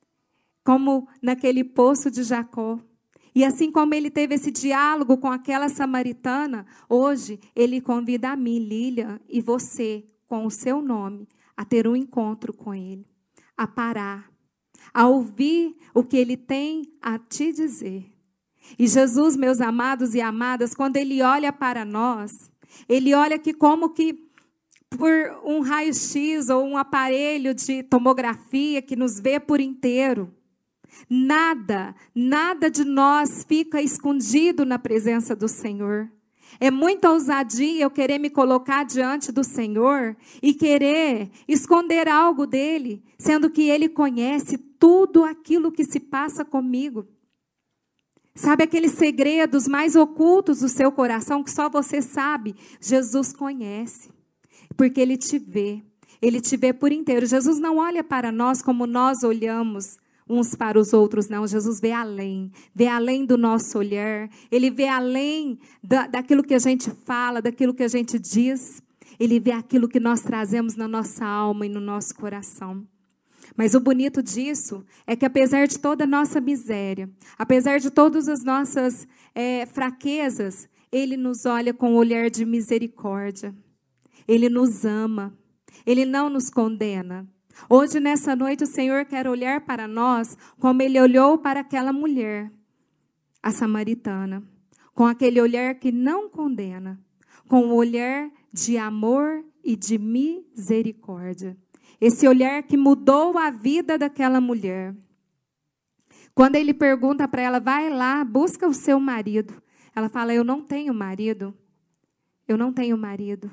como naquele poço de Jacó. E assim como ele teve esse diálogo com aquela samaritana, hoje ele convida a mim, Lília, e você, com o seu nome, a ter um encontro com ele, a parar, a ouvir o que ele tem a te dizer. E Jesus, meus amados e amadas, quando ele olha para nós, ele olha que como que por um raio-x ou um aparelho de tomografia que nos vê por inteiro. Nada, nada de nós fica escondido na presença do Senhor. É muita ousadia eu querer me colocar diante do Senhor e querer esconder algo dele, sendo que ele conhece tudo aquilo que se passa comigo. Sabe aqueles segredos mais ocultos do seu coração que só você sabe? Jesus conhece, porque ele te vê, ele te vê por inteiro. Jesus não olha para nós como nós olhamos uns para os outros, não. Jesus vê além, vê além do nosso olhar, ele vê além da, daquilo que a gente fala, daquilo que a gente diz, ele vê aquilo que nós trazemos na nossa alma e no nosso coração. Mas o bonito disso é que apesar de toda a nossa miséria, apesar de todas as nossas é, fraquezas, ele nos olha com um olhar de misericórdia, ele nos ama, ele não nos condena. Hoje, nessa noite, o Senhor quer olhar para nós como ele olhou para aquela mulher, a samaritana, com aquele olhar que não condena, com o olhar de amor e de misericórdia. Esse olhar que mudou a vida daquela mulher. Quando ele pergunta para ela, vai lá, busca o seu marido. Ela fala, eu não tenho marido, eu não tenho marido.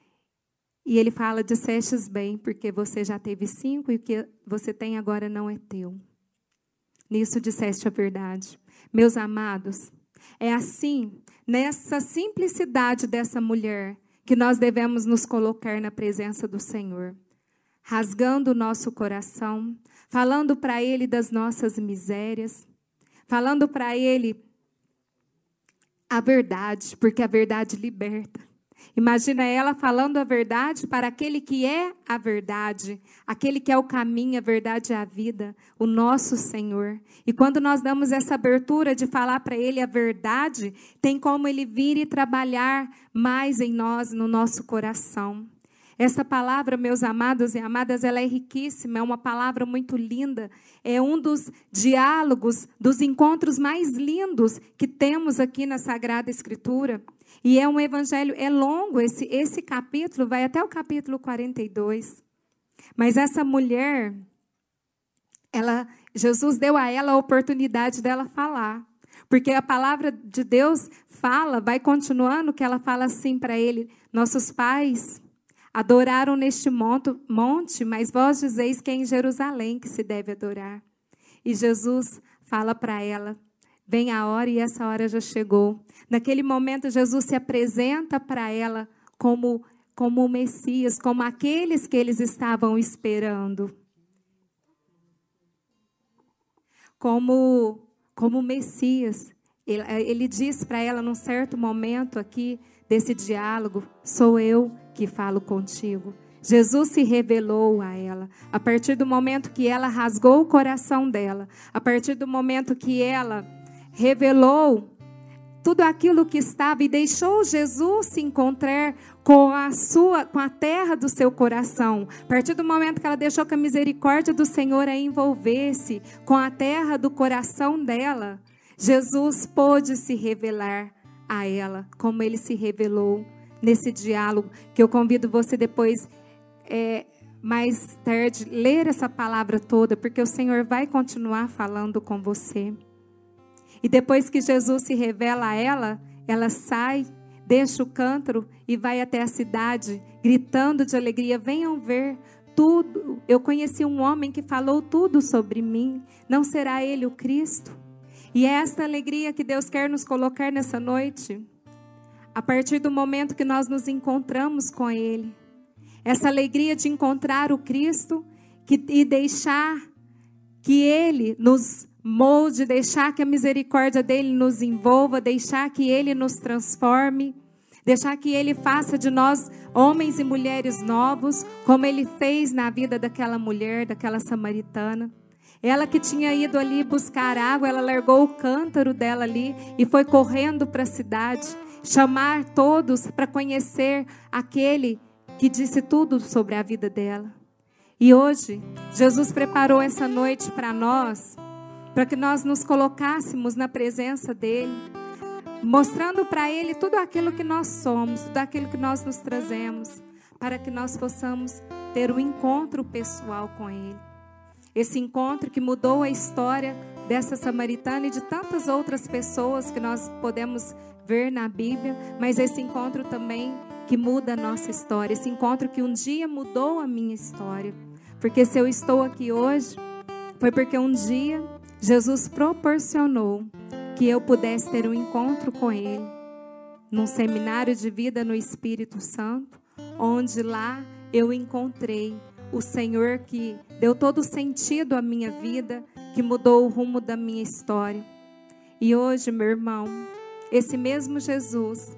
E ele fala, dissestes bem, porque você já teve cinco e o que você tem agora não é teu. Nisso disseste a verdade. Meus amados, é assim, nessa simplicidade dessa mulher, que nós devemos nos colocar na presença do Senhor. Rasgando o nosso coração, falando para Ele das nossas misérias, falando para Ele a verdade, porque a verdade liberta. Imagina ela falando a verdade para aquele que é a verdade, aquele que é o caminho, a verdade e a vida, o nosso Senhor. E quando nós damos essa abertura de falar para Ele a verdade, tem como Ele vir e trabalhar mais em nós, no nosso coração. Essa palavra, meus amados e amadas, ela é riquíssima, é uma palavra muito linda, é um dos diálogos, dos encontros mais lindos que temos aqui na Sagrada Escritura. E é um evangelho, é longo, esse, esse capítulo vai até o capítulo quarenta e dois. Mas essa mulher, ela, Jesus deu a ela a oportunidade dela falar. Porque a palavra de Deus fala, vai continuando, que ela fala assim para ele, nossos pais adoraram neste monte, mas vós dizeis que é em Jerusalém que se deve adorar. E Jesus fala para ela, vem a hora e essa hora já chegou. Naquele momento, Jesus se apresenta para ela como, como o Messias, como aqueles que eles estavam esperando. Como, como o Messias. Ele, ele diz para ela, num certo momento aqui, desse diálogo, sou eu que falo contigo. Jesus se revelou a ela. A partir do momento que ela rasgou o coração dela, a partir do momento que ela revelou tudo aquilo que estava e deixou Jesus se encontrar com a sua, com a terra do seu coração. A partir do momento que ela deixou que a misericórdia do Senhor a envolvesse com a terra do coração dela, Jesus pôde se revelar a ela, como ele se revelou nesse diálogo, que eu convido você depois, é, mais tarde, ler essa palavra toda, porque o Senhor vai continuar falando com você. E depois que Jesus se revela a ela, ela sai, deixa o cântaro e vai até a cidade, gritando de alegria: venham ver tudo. Eu conheci um homem que falou tudo sobre mim. Não será ele o Cristo? E é esta alegria que Deus quer nos colocar nessa noite, a partir do momento que nós nos encontramos com Ele. Essa alegria de encontrar o Cristo que, e deixar que Ele nos molde, deixar que a misericórdia dEle nos envolva, deixar que Ele nos transforme, deixar que Ele faça de nós homens e mulheres novos, como Ele fez na vida daquela mulher, daquela samaritana. Ela que tinha ido ali buscar água, ela largou o cântaro dela ali e foi correndo para a cidade, chamar todos para conhecer aquele que disse tudo sobre a vida dela. E hoje, Jesus preparou essa noite para nós, para que nós nos colocássemos na presença dEle, mostrando para Ele tudo aquilo que nós somos, tudo aquilo que nós nos trazemos, para que nós possamos ter um encontro pessoal com Ele. Esse encontro que mudou a história dessa samaritana e de tantas outras pessoas que nós podemos ver na Bíblia, mas esse encontro também que muda a nossa história, esse encontro que um dia mudou a minha história. Porque se eu estou aqui hoje, foi porque um dia Jesus proporcionou que eu pudesse ter um encontro com Ele, num seminário de vida no Espírito Santo, onde lá eu encontrei o Senhor que deu todo o sentido à minha vida, que mudou o rumo da minha história. E hoje, meu irmão, esse mesmo Jesus,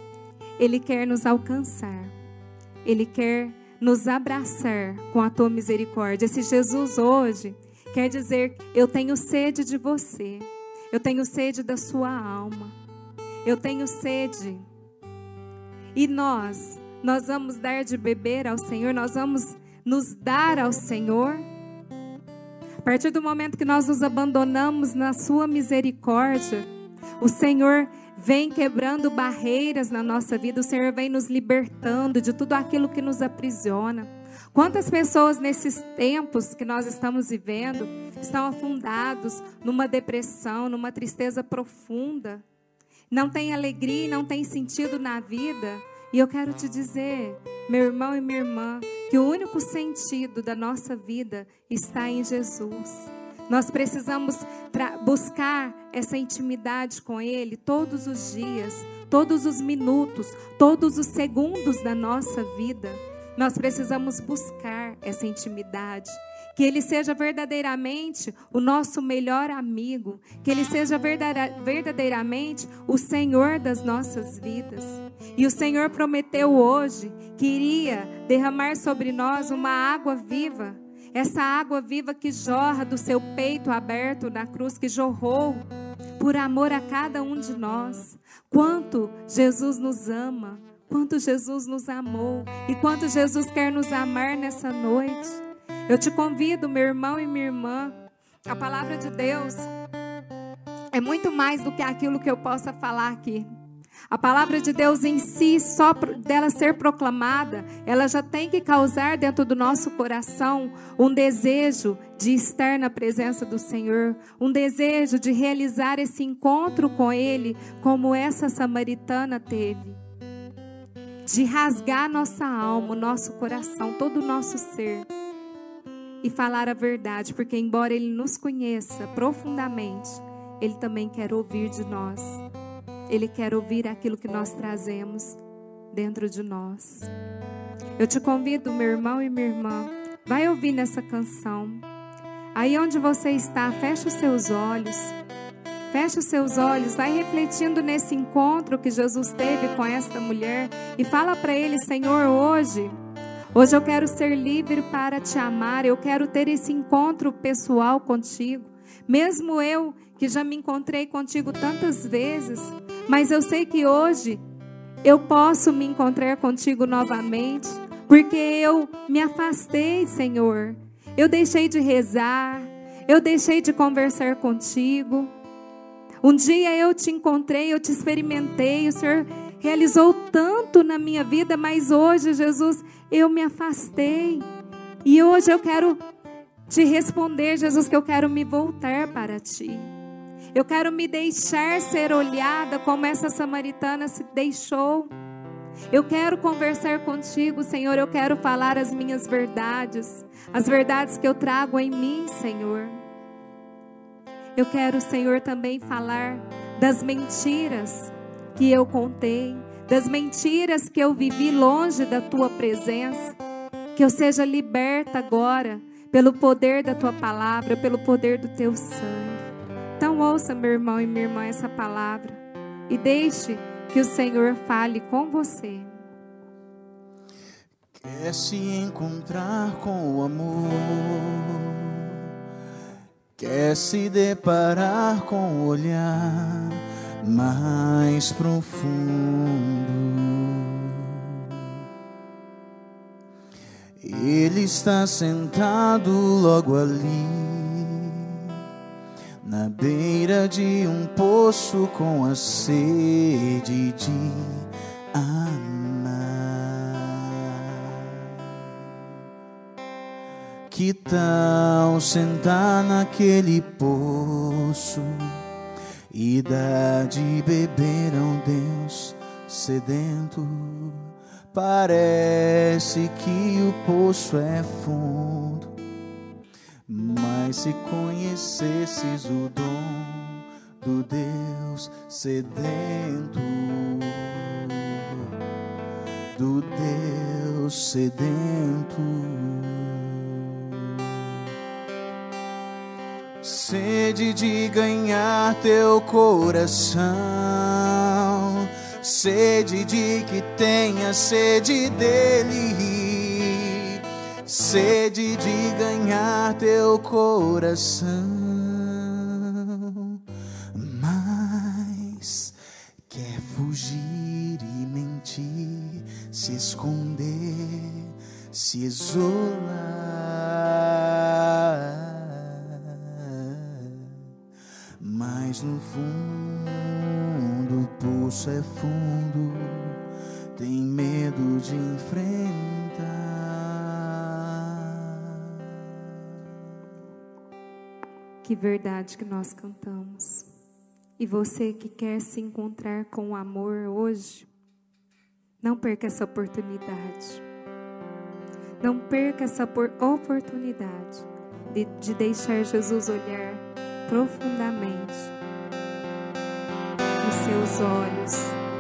Ele quer nos alcançar, Ele quer nos abraçar com a tua misericórdia. Esse Jesus hoje quer dizer: eu tenho sede de você, eu tenho sede da sua alma, eu tenho sede. E nós, nós vamos dar de beber ao Senhor, nós vamos nos dar ao Senhor. A partir do momento que nós nos abandonamos na sua misericórdia, o Senhor vem quebrando barreiras na nossa vida, o Senhor vem nos libertando de tudo aquilo que nos aprisiona. Quantas pessoas nesses tempos que nós estamos vivendo estão afundados numa depressão, numa tristeza profunda, não tem alegria, não tem sentido na vida. E eu quero te dizer, meu irmão e minha irmã, que o único sentido da nossa vida está em Jesus. Nós precisamos buscar essa intimidade com Ele todos os dias, todos os minutos, todos os segundos da nossa vida. Nós precisamos buscar essa intimidade. Que Ele seja verdadeiramente o nosso melhor amigo. Que Ele seja verdadeiramente o Senhor das nossas vidas. E o Senhor prometeu hoje que iria derramar sobre nós uma água viva. Essa água viva que jorra do seu peito aberto na cruz, que jorrou por amor a cada um de nós. Quanto Jesus nos ama, quanto Jesus nos amou e quanto Jesus quer nos amar nessa noite. Eu te convido, meu irmão e minha irmã, a palavra de Deus é muito mais do que aquilo que eu possa falar aqui. A palavra de Deus em si, só dela ser proclamada, ela já tem que causar dentro do nosso coração um desejo de estar na presença do Senhor, um desejo de realizar esse encontro com Ele, como essa samaritana teve. De rasgar nossa alma, o nosso coração, todo o nosso ser. E falar a verdade, porque embora Ele nos conheça profundamente, Ele também quer ouvir de nós. Ele quer ouvir aquilo que nós trazemos dentro de nós. Eu te convido, meu irmão e minha irmã, vai ouvir nessa canção. Aí onde você está, fecha os seus olhos. Fecha os seus olhos, vai refletindo nesse encontro que Jesus teve com esta mulher. E fala para Ele: Senhor, hoje... Hoje eu quero ser livre para te amar, eu quero ter esse encontro pessoal contigo. Mesmo eu, que já me encontrei contigo tantas vezes, Mas eu sei que hoje eu posso me encontrar contigo novamente, porque eu me afastei, Senhor. Eu deixei de rezar, eu deixei de conversar contigo. Um dia eu te encontrei, eu te experimentei, o Senhor realizou tanto na minha vida, mas hoje, Jesus, eu me afastei. E hoje eu quero te responder, Jesus, que eu quero me voltar para ti. Eu quero me deixar ser olhada como essa samaritana se deixou. Eu quero conversar contigo, Senhor. Eu quero falar as minhas verdades, as verdades que eu trago em mim, Senhor. Eu quero, Senhor, também falar das mentiras que eu contei, das mentiras que eu vivi longe da tua presença. Que eu seja liberta agora pelo poder da tua palavra, pelo poder do teu sangue. Então ouça, meu irmão e minha irmã, essa palavra e deixe que o Senhor fale com você. Quer se encontrar com o amor, quer se deparar com o olhar mais profundo. Ele está sentado logo ali, na beira de um poço com a sede de amar. Que tal sentar naquele poço e dar de beber a um Deus sedento? Parece que o poço é fundo, mas se conhecesses o dom do Deus sedento, do Deus sedento. Sede de ganhar teu coração, sede de que tenha sede dele, sede de ganhar teu coração, mas quer fugir e mentir, se esconder, se isolar, mas no fundo o poço é fundo, tem medo de enfrentar. Que verdade que nós cantamos. E você que quer se encontrar com o amor hoje, não perca essa oportunidade. Não perca essa oportunidade de, de deixar Jesus olhar profundamente nos seus olhos.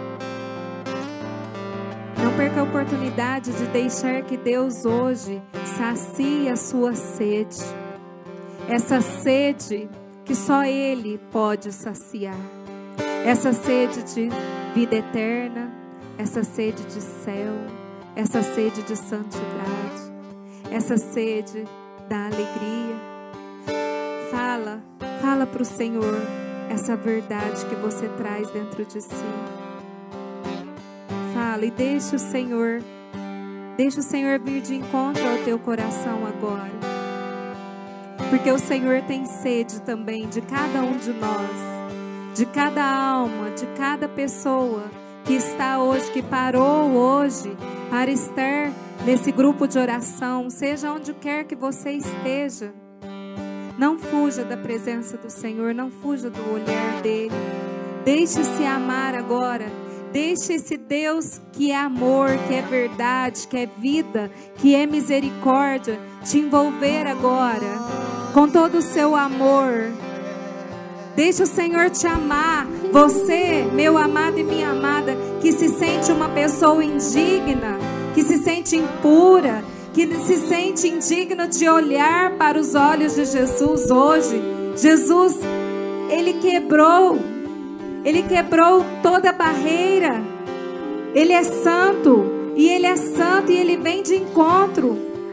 Não perca a oportunidade de deixar que Deus hoje sacie a sua sede. Essa sede que só Ele pode saciar. Essa sede de vida eterna, essa sede de céu, essa sede de santidade, essa sede da alegria. Fala, fala para o Senhor essa verdade que você traz dentro de si. Fala e deixa o Senhor, deixa o Senhor vir de encontro ao teu coração agora. Porque o Senhor tem sede também de cada um de nós, de cada alma, de cada pessoa que está hoje, que parou hoje para estar nesse grupo de oração, seja onde quer que você esteja. Não fuja da presença do Senhor, não fuja do olhar dele. Deixe-se amar agora. Deixe esse Deus que é amor, que é verdade, que é vida, que é misericórdia, te envolver agora com todo o seu amor. Deixe o Senhor te amar. Você, meu amado e minha amada, que se sente uma pessoa indigna, que se sente impura, que se sente indigno de olhar para os olhos de Jesus hoje. Jesus, Ele quebrou, Ele quebrou toda barreira. Ele é santo, e Ele é santo, e Ele vem de encontro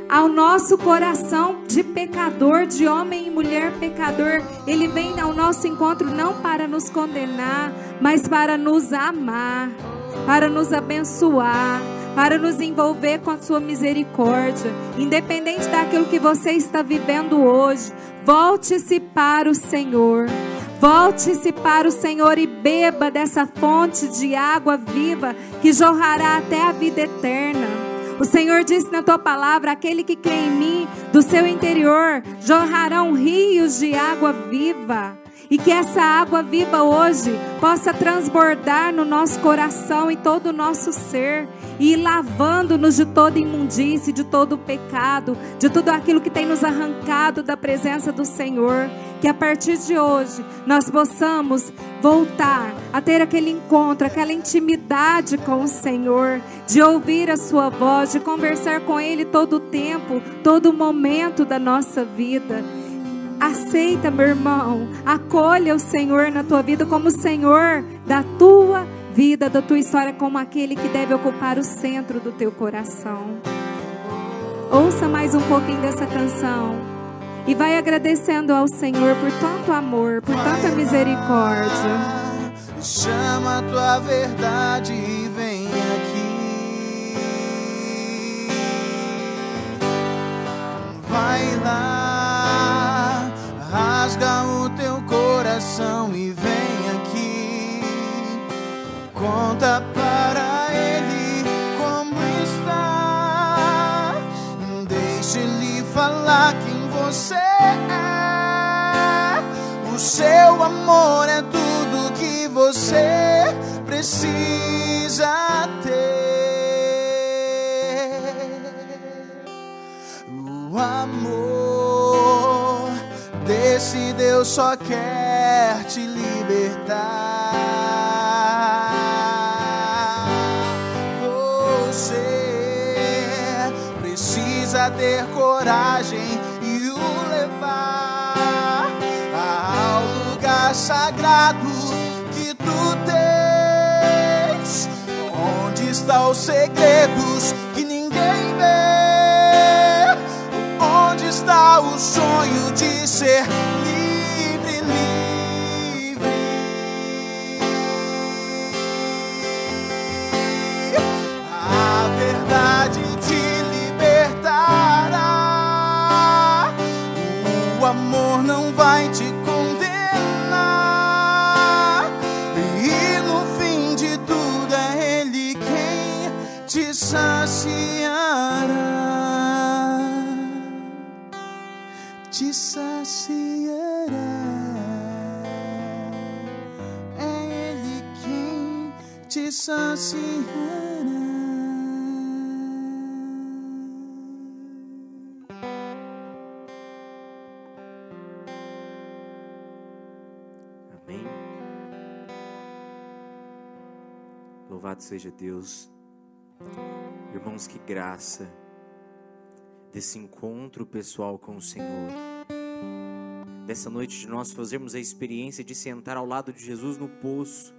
ao nosso coração de pecador, de homem e mulher pecador. Ele vem ao nosso encontro não para nos condenar, mas para nos amar, para nos abençoar, para nos envolver com a sua misericórdia. Independente daquilo que você está vivendo hoje, volte-se para o Senhor. Volte-se para o Senhor e beba dessa fonte de água viva que jorrará até a vida eterna. O Senhor disse na tua palavra: aquele que crê em mim, do seu interior jorrarão rios de água viva. E que essa água viva hoje possa transbordar no nosso coração e todo o nosso ser, e ir lavando-nos de toda imundície, de todo o pecado, de tudo aquilo que tem nos arrancado da presença do Senhor. Que a partir de hoje nós possamos voltar a ter aquele encontro, aquela intimidade com o Senhor, de ouvir a sua voz, de conversar com Ele todo o tempo, todo o momento da nossa vida. Aceita, meu irmão, acolha o Senhor na tua vida como o Senhor da tua vida, da tua história, como aquele que deve ocupar o centro do teu coração. Ouça mais um pouquinho dessa canção e vai agradecendo ao Senhor por tanto amor, por tanta misericórdia. Chama a tua verdade e vem aqui. Vai lá, rasga o teu coração e vem aqui. Conta para Ele como está. Deixa Ele falar quem você é. O seu amor é tudo que você precisa ter. O amor desse Deus só quer te libertar. Você precisa ter coragem e o levar ao lugar sagrado que tu tens, onde estão os segredos que ninguém vê, onde está o sonho de ser livre, livre. A verdade te libertará. O amor não vai te condenar, e no fim de tudo é Ele quem te saciará. Te saciará. É Ele quem te saciará. Amém. Louvado seja Deus. Irmãos, que graça desse encontro pessoal com o Senhor, dessa noite de nós fazermos a experiência de sentar ao lado de Jesus no poço,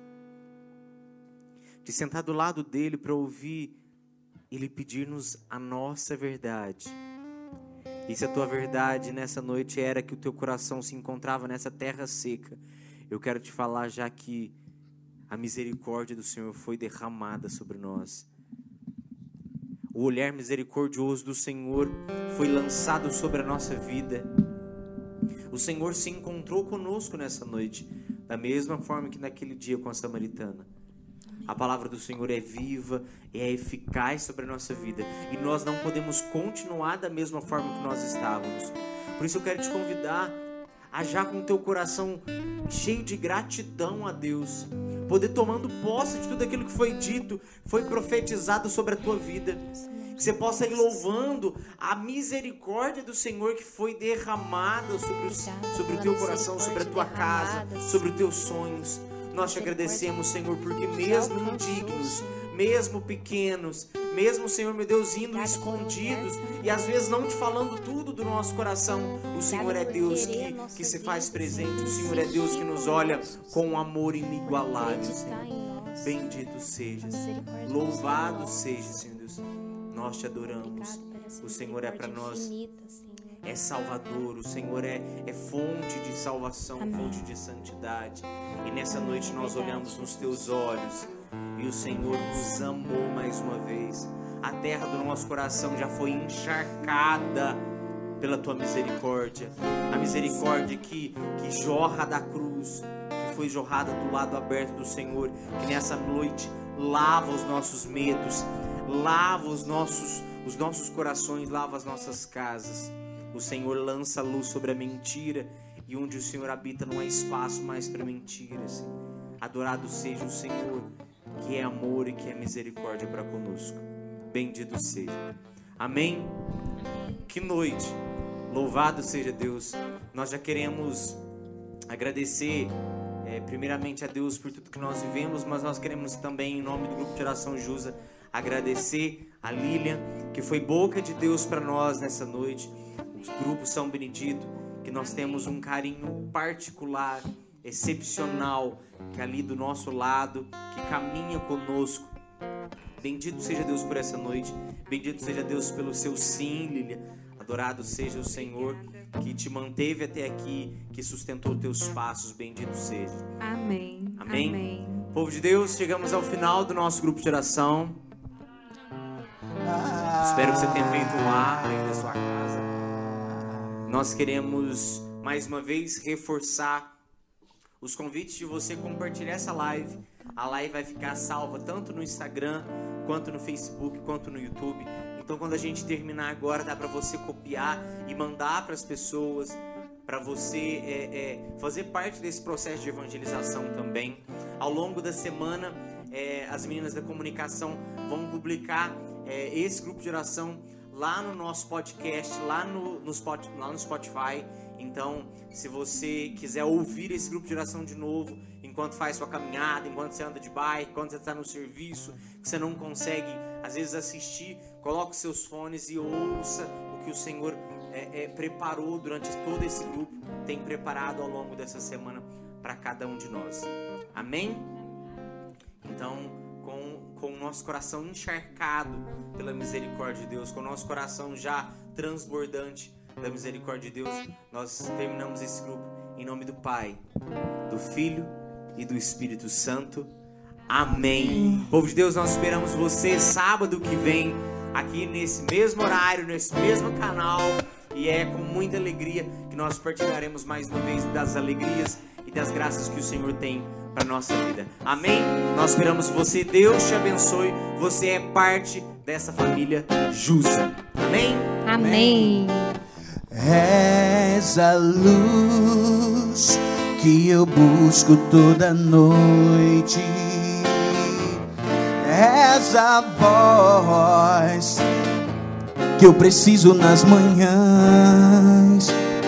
de sentar do lado dele para ouvir Ele pedir-nos a nossa verdade. E se a tua verdade nessa noite era que o teu coração se encontrava nessa terra seca, eu quero te falar já que a misericórdia do Senhor foi derramada sobre nós. O olhar misericordioso do Senhor foi lançado sobre a nossa vida. O Senhor se encontrou conosco nessa noite, da mesma forma que naquele dia com a samaritana. A palavra do Senhor é viva, é eficaz sobre a nossa vida, e nós não podemos continuar da mesma forma que nós estávamos. Por isso eu quero te convidar a, já com o teu coração cheio de gratidão a Deus, poder tomando posse de tudo aquilo que foi dito, foi profetizado sobre a tua vida. Que você possa ir louvando a misericórdia do Senhor que foi derramada sobre, os, sobre o teu coração, sobre a tua casa, sobre os teus sonhos. Nós te agradecemos, Senhor, porque mesmo indignos, mesmo pequenos, mesmo, Senhor, meu Deus, indo escondidos e às vezes não te falando tudo do nosso coração, o Senhor é Deus que, que se faz presente, o Senhor é Deus que nos olha com um amor inigualável, Senhor. Bendito seja, louvado seja, Senhor Deus. Nós te adoramos O Senhor é para nós, é Salvador. O Senhor é, é fonte de salvação, Amém. Fonte de santidade. E nessa noite nós olhamos nos teus olhos e o Senhor nos amou mais uma vez. A terra do nosso coração já foi encharcada pela tua misericórdia. A misericórdia que, que jorra da cruz, que foi jorrada do lado aberto do Senhor, que nessa noite lava os nossos medos, lava os nossos, os nossos corações, lava as nossas casas. O Senhor lança luz sobre a mentira, e onde o Senhor habita não há espaço mais para mentiras. Adorado seja o Senhor, que é amor e que é misericórdia para conosco. Bendito seja. Amém? Que noite. Louvado seja Deus. Nós já queremos agradecer é, primeiramente a Deus por tudo que nós vivemos, mas nós queremos também, em nome do Grupo de Oração Jusa, agradecer a Lilian, que foi boca de Deus para nós nessa noite. O Grupo São Benedito, que nós temos um carinho particular, excepcional, que é ali do nosso lado, que caminha conosco. Bendito seja Deus por essa noite. Bendito seja Deus pelo seu sim, Lilian. Adorado seja o Senhor que te manteve até aqui, que sustentou teus passos. Bendito seja. Amém. Amém. Amém. Povo de Deus, chegamos ao final do nosso grupo de oração. Ah, Espero que você tenha feito um lar aí na sua casa. Nós queremos mais uma vez reforçar os convites de você compartilhar essa live. A live vai ficar salva tanto no Instagram, quanto no Facebook, quanto no YouTube. Então quando a gente terminar agora, dá para você copiar e mandar para as pessoas, para você é, é, fazer parte desse processo de evangelização também. Ao longo da semana, é, as meninas da comunicação vão publicar é, esse grupo de oração lá no nosso podcast, lá no, no, Spot, lá no Spotify. Então, se você quiser ouvir esse grupo de oração de novo, enquanto faz sua caminhada, enquanto você anda de bike, enquanto você está no serviço, que você não consegue, às vezes, assistir, coloque seus fones e ouça o que o Senhor é, é, preparou durante todo esse grupo, tem preparado ao longo dessa semana para cada um de nós. Amém? Então, com, com o nosso coração encharcado pela misericórdia de Deus, com o nosso coração já transbordante da misericórdia de Deus, nós terminamos esse grupo em nome do Pai, do Filho e do Espírito Santo. Amém. Povo de Deus, nós esperamos você sábado que vem aqui nesse mesmo horário, nesse mesmo canal, e é com muita alegria que nós partilharemos mais uma vez das alegrias e das graças que o Senhor tem para nossa vida. Amém? Nós esperamos você. Deus te abençoe. Você é parte dessa família Jusa. Amém? Amém. És a luz que eu busco toda noite. És a voz que eu preciso nas manhãs,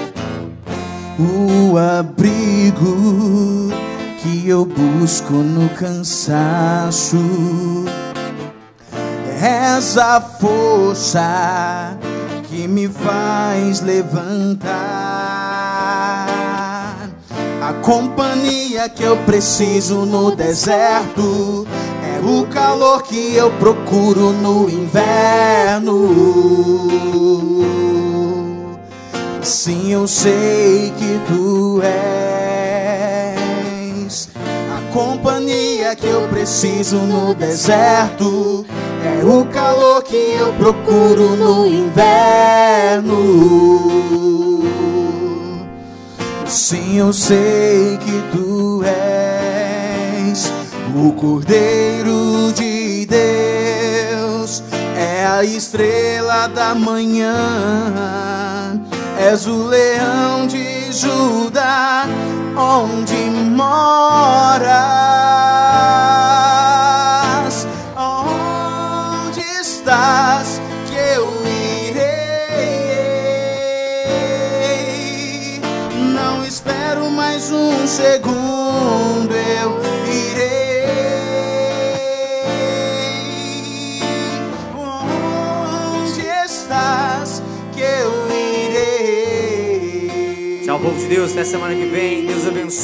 o abrigo que eu busco no cansaço. És a força que me faz levantar, a companhia que eu preciso no deserto, é o calor que eu procuro no inverno. Sim, eu sei que tu és a companhia que eu preciso no deserto, é o calor que eu procuro no inverno. Sim, eu sei que tu és o Cordeiro de Deus, é a estrela da manhã, és o leão de Judá, onde moras, onde estás, que eu irei. Não espero mais um segundo, eu irei. Onde estás, que eu irei. Tchau, povo de Deus. Até semana que vem. Deus abençoe.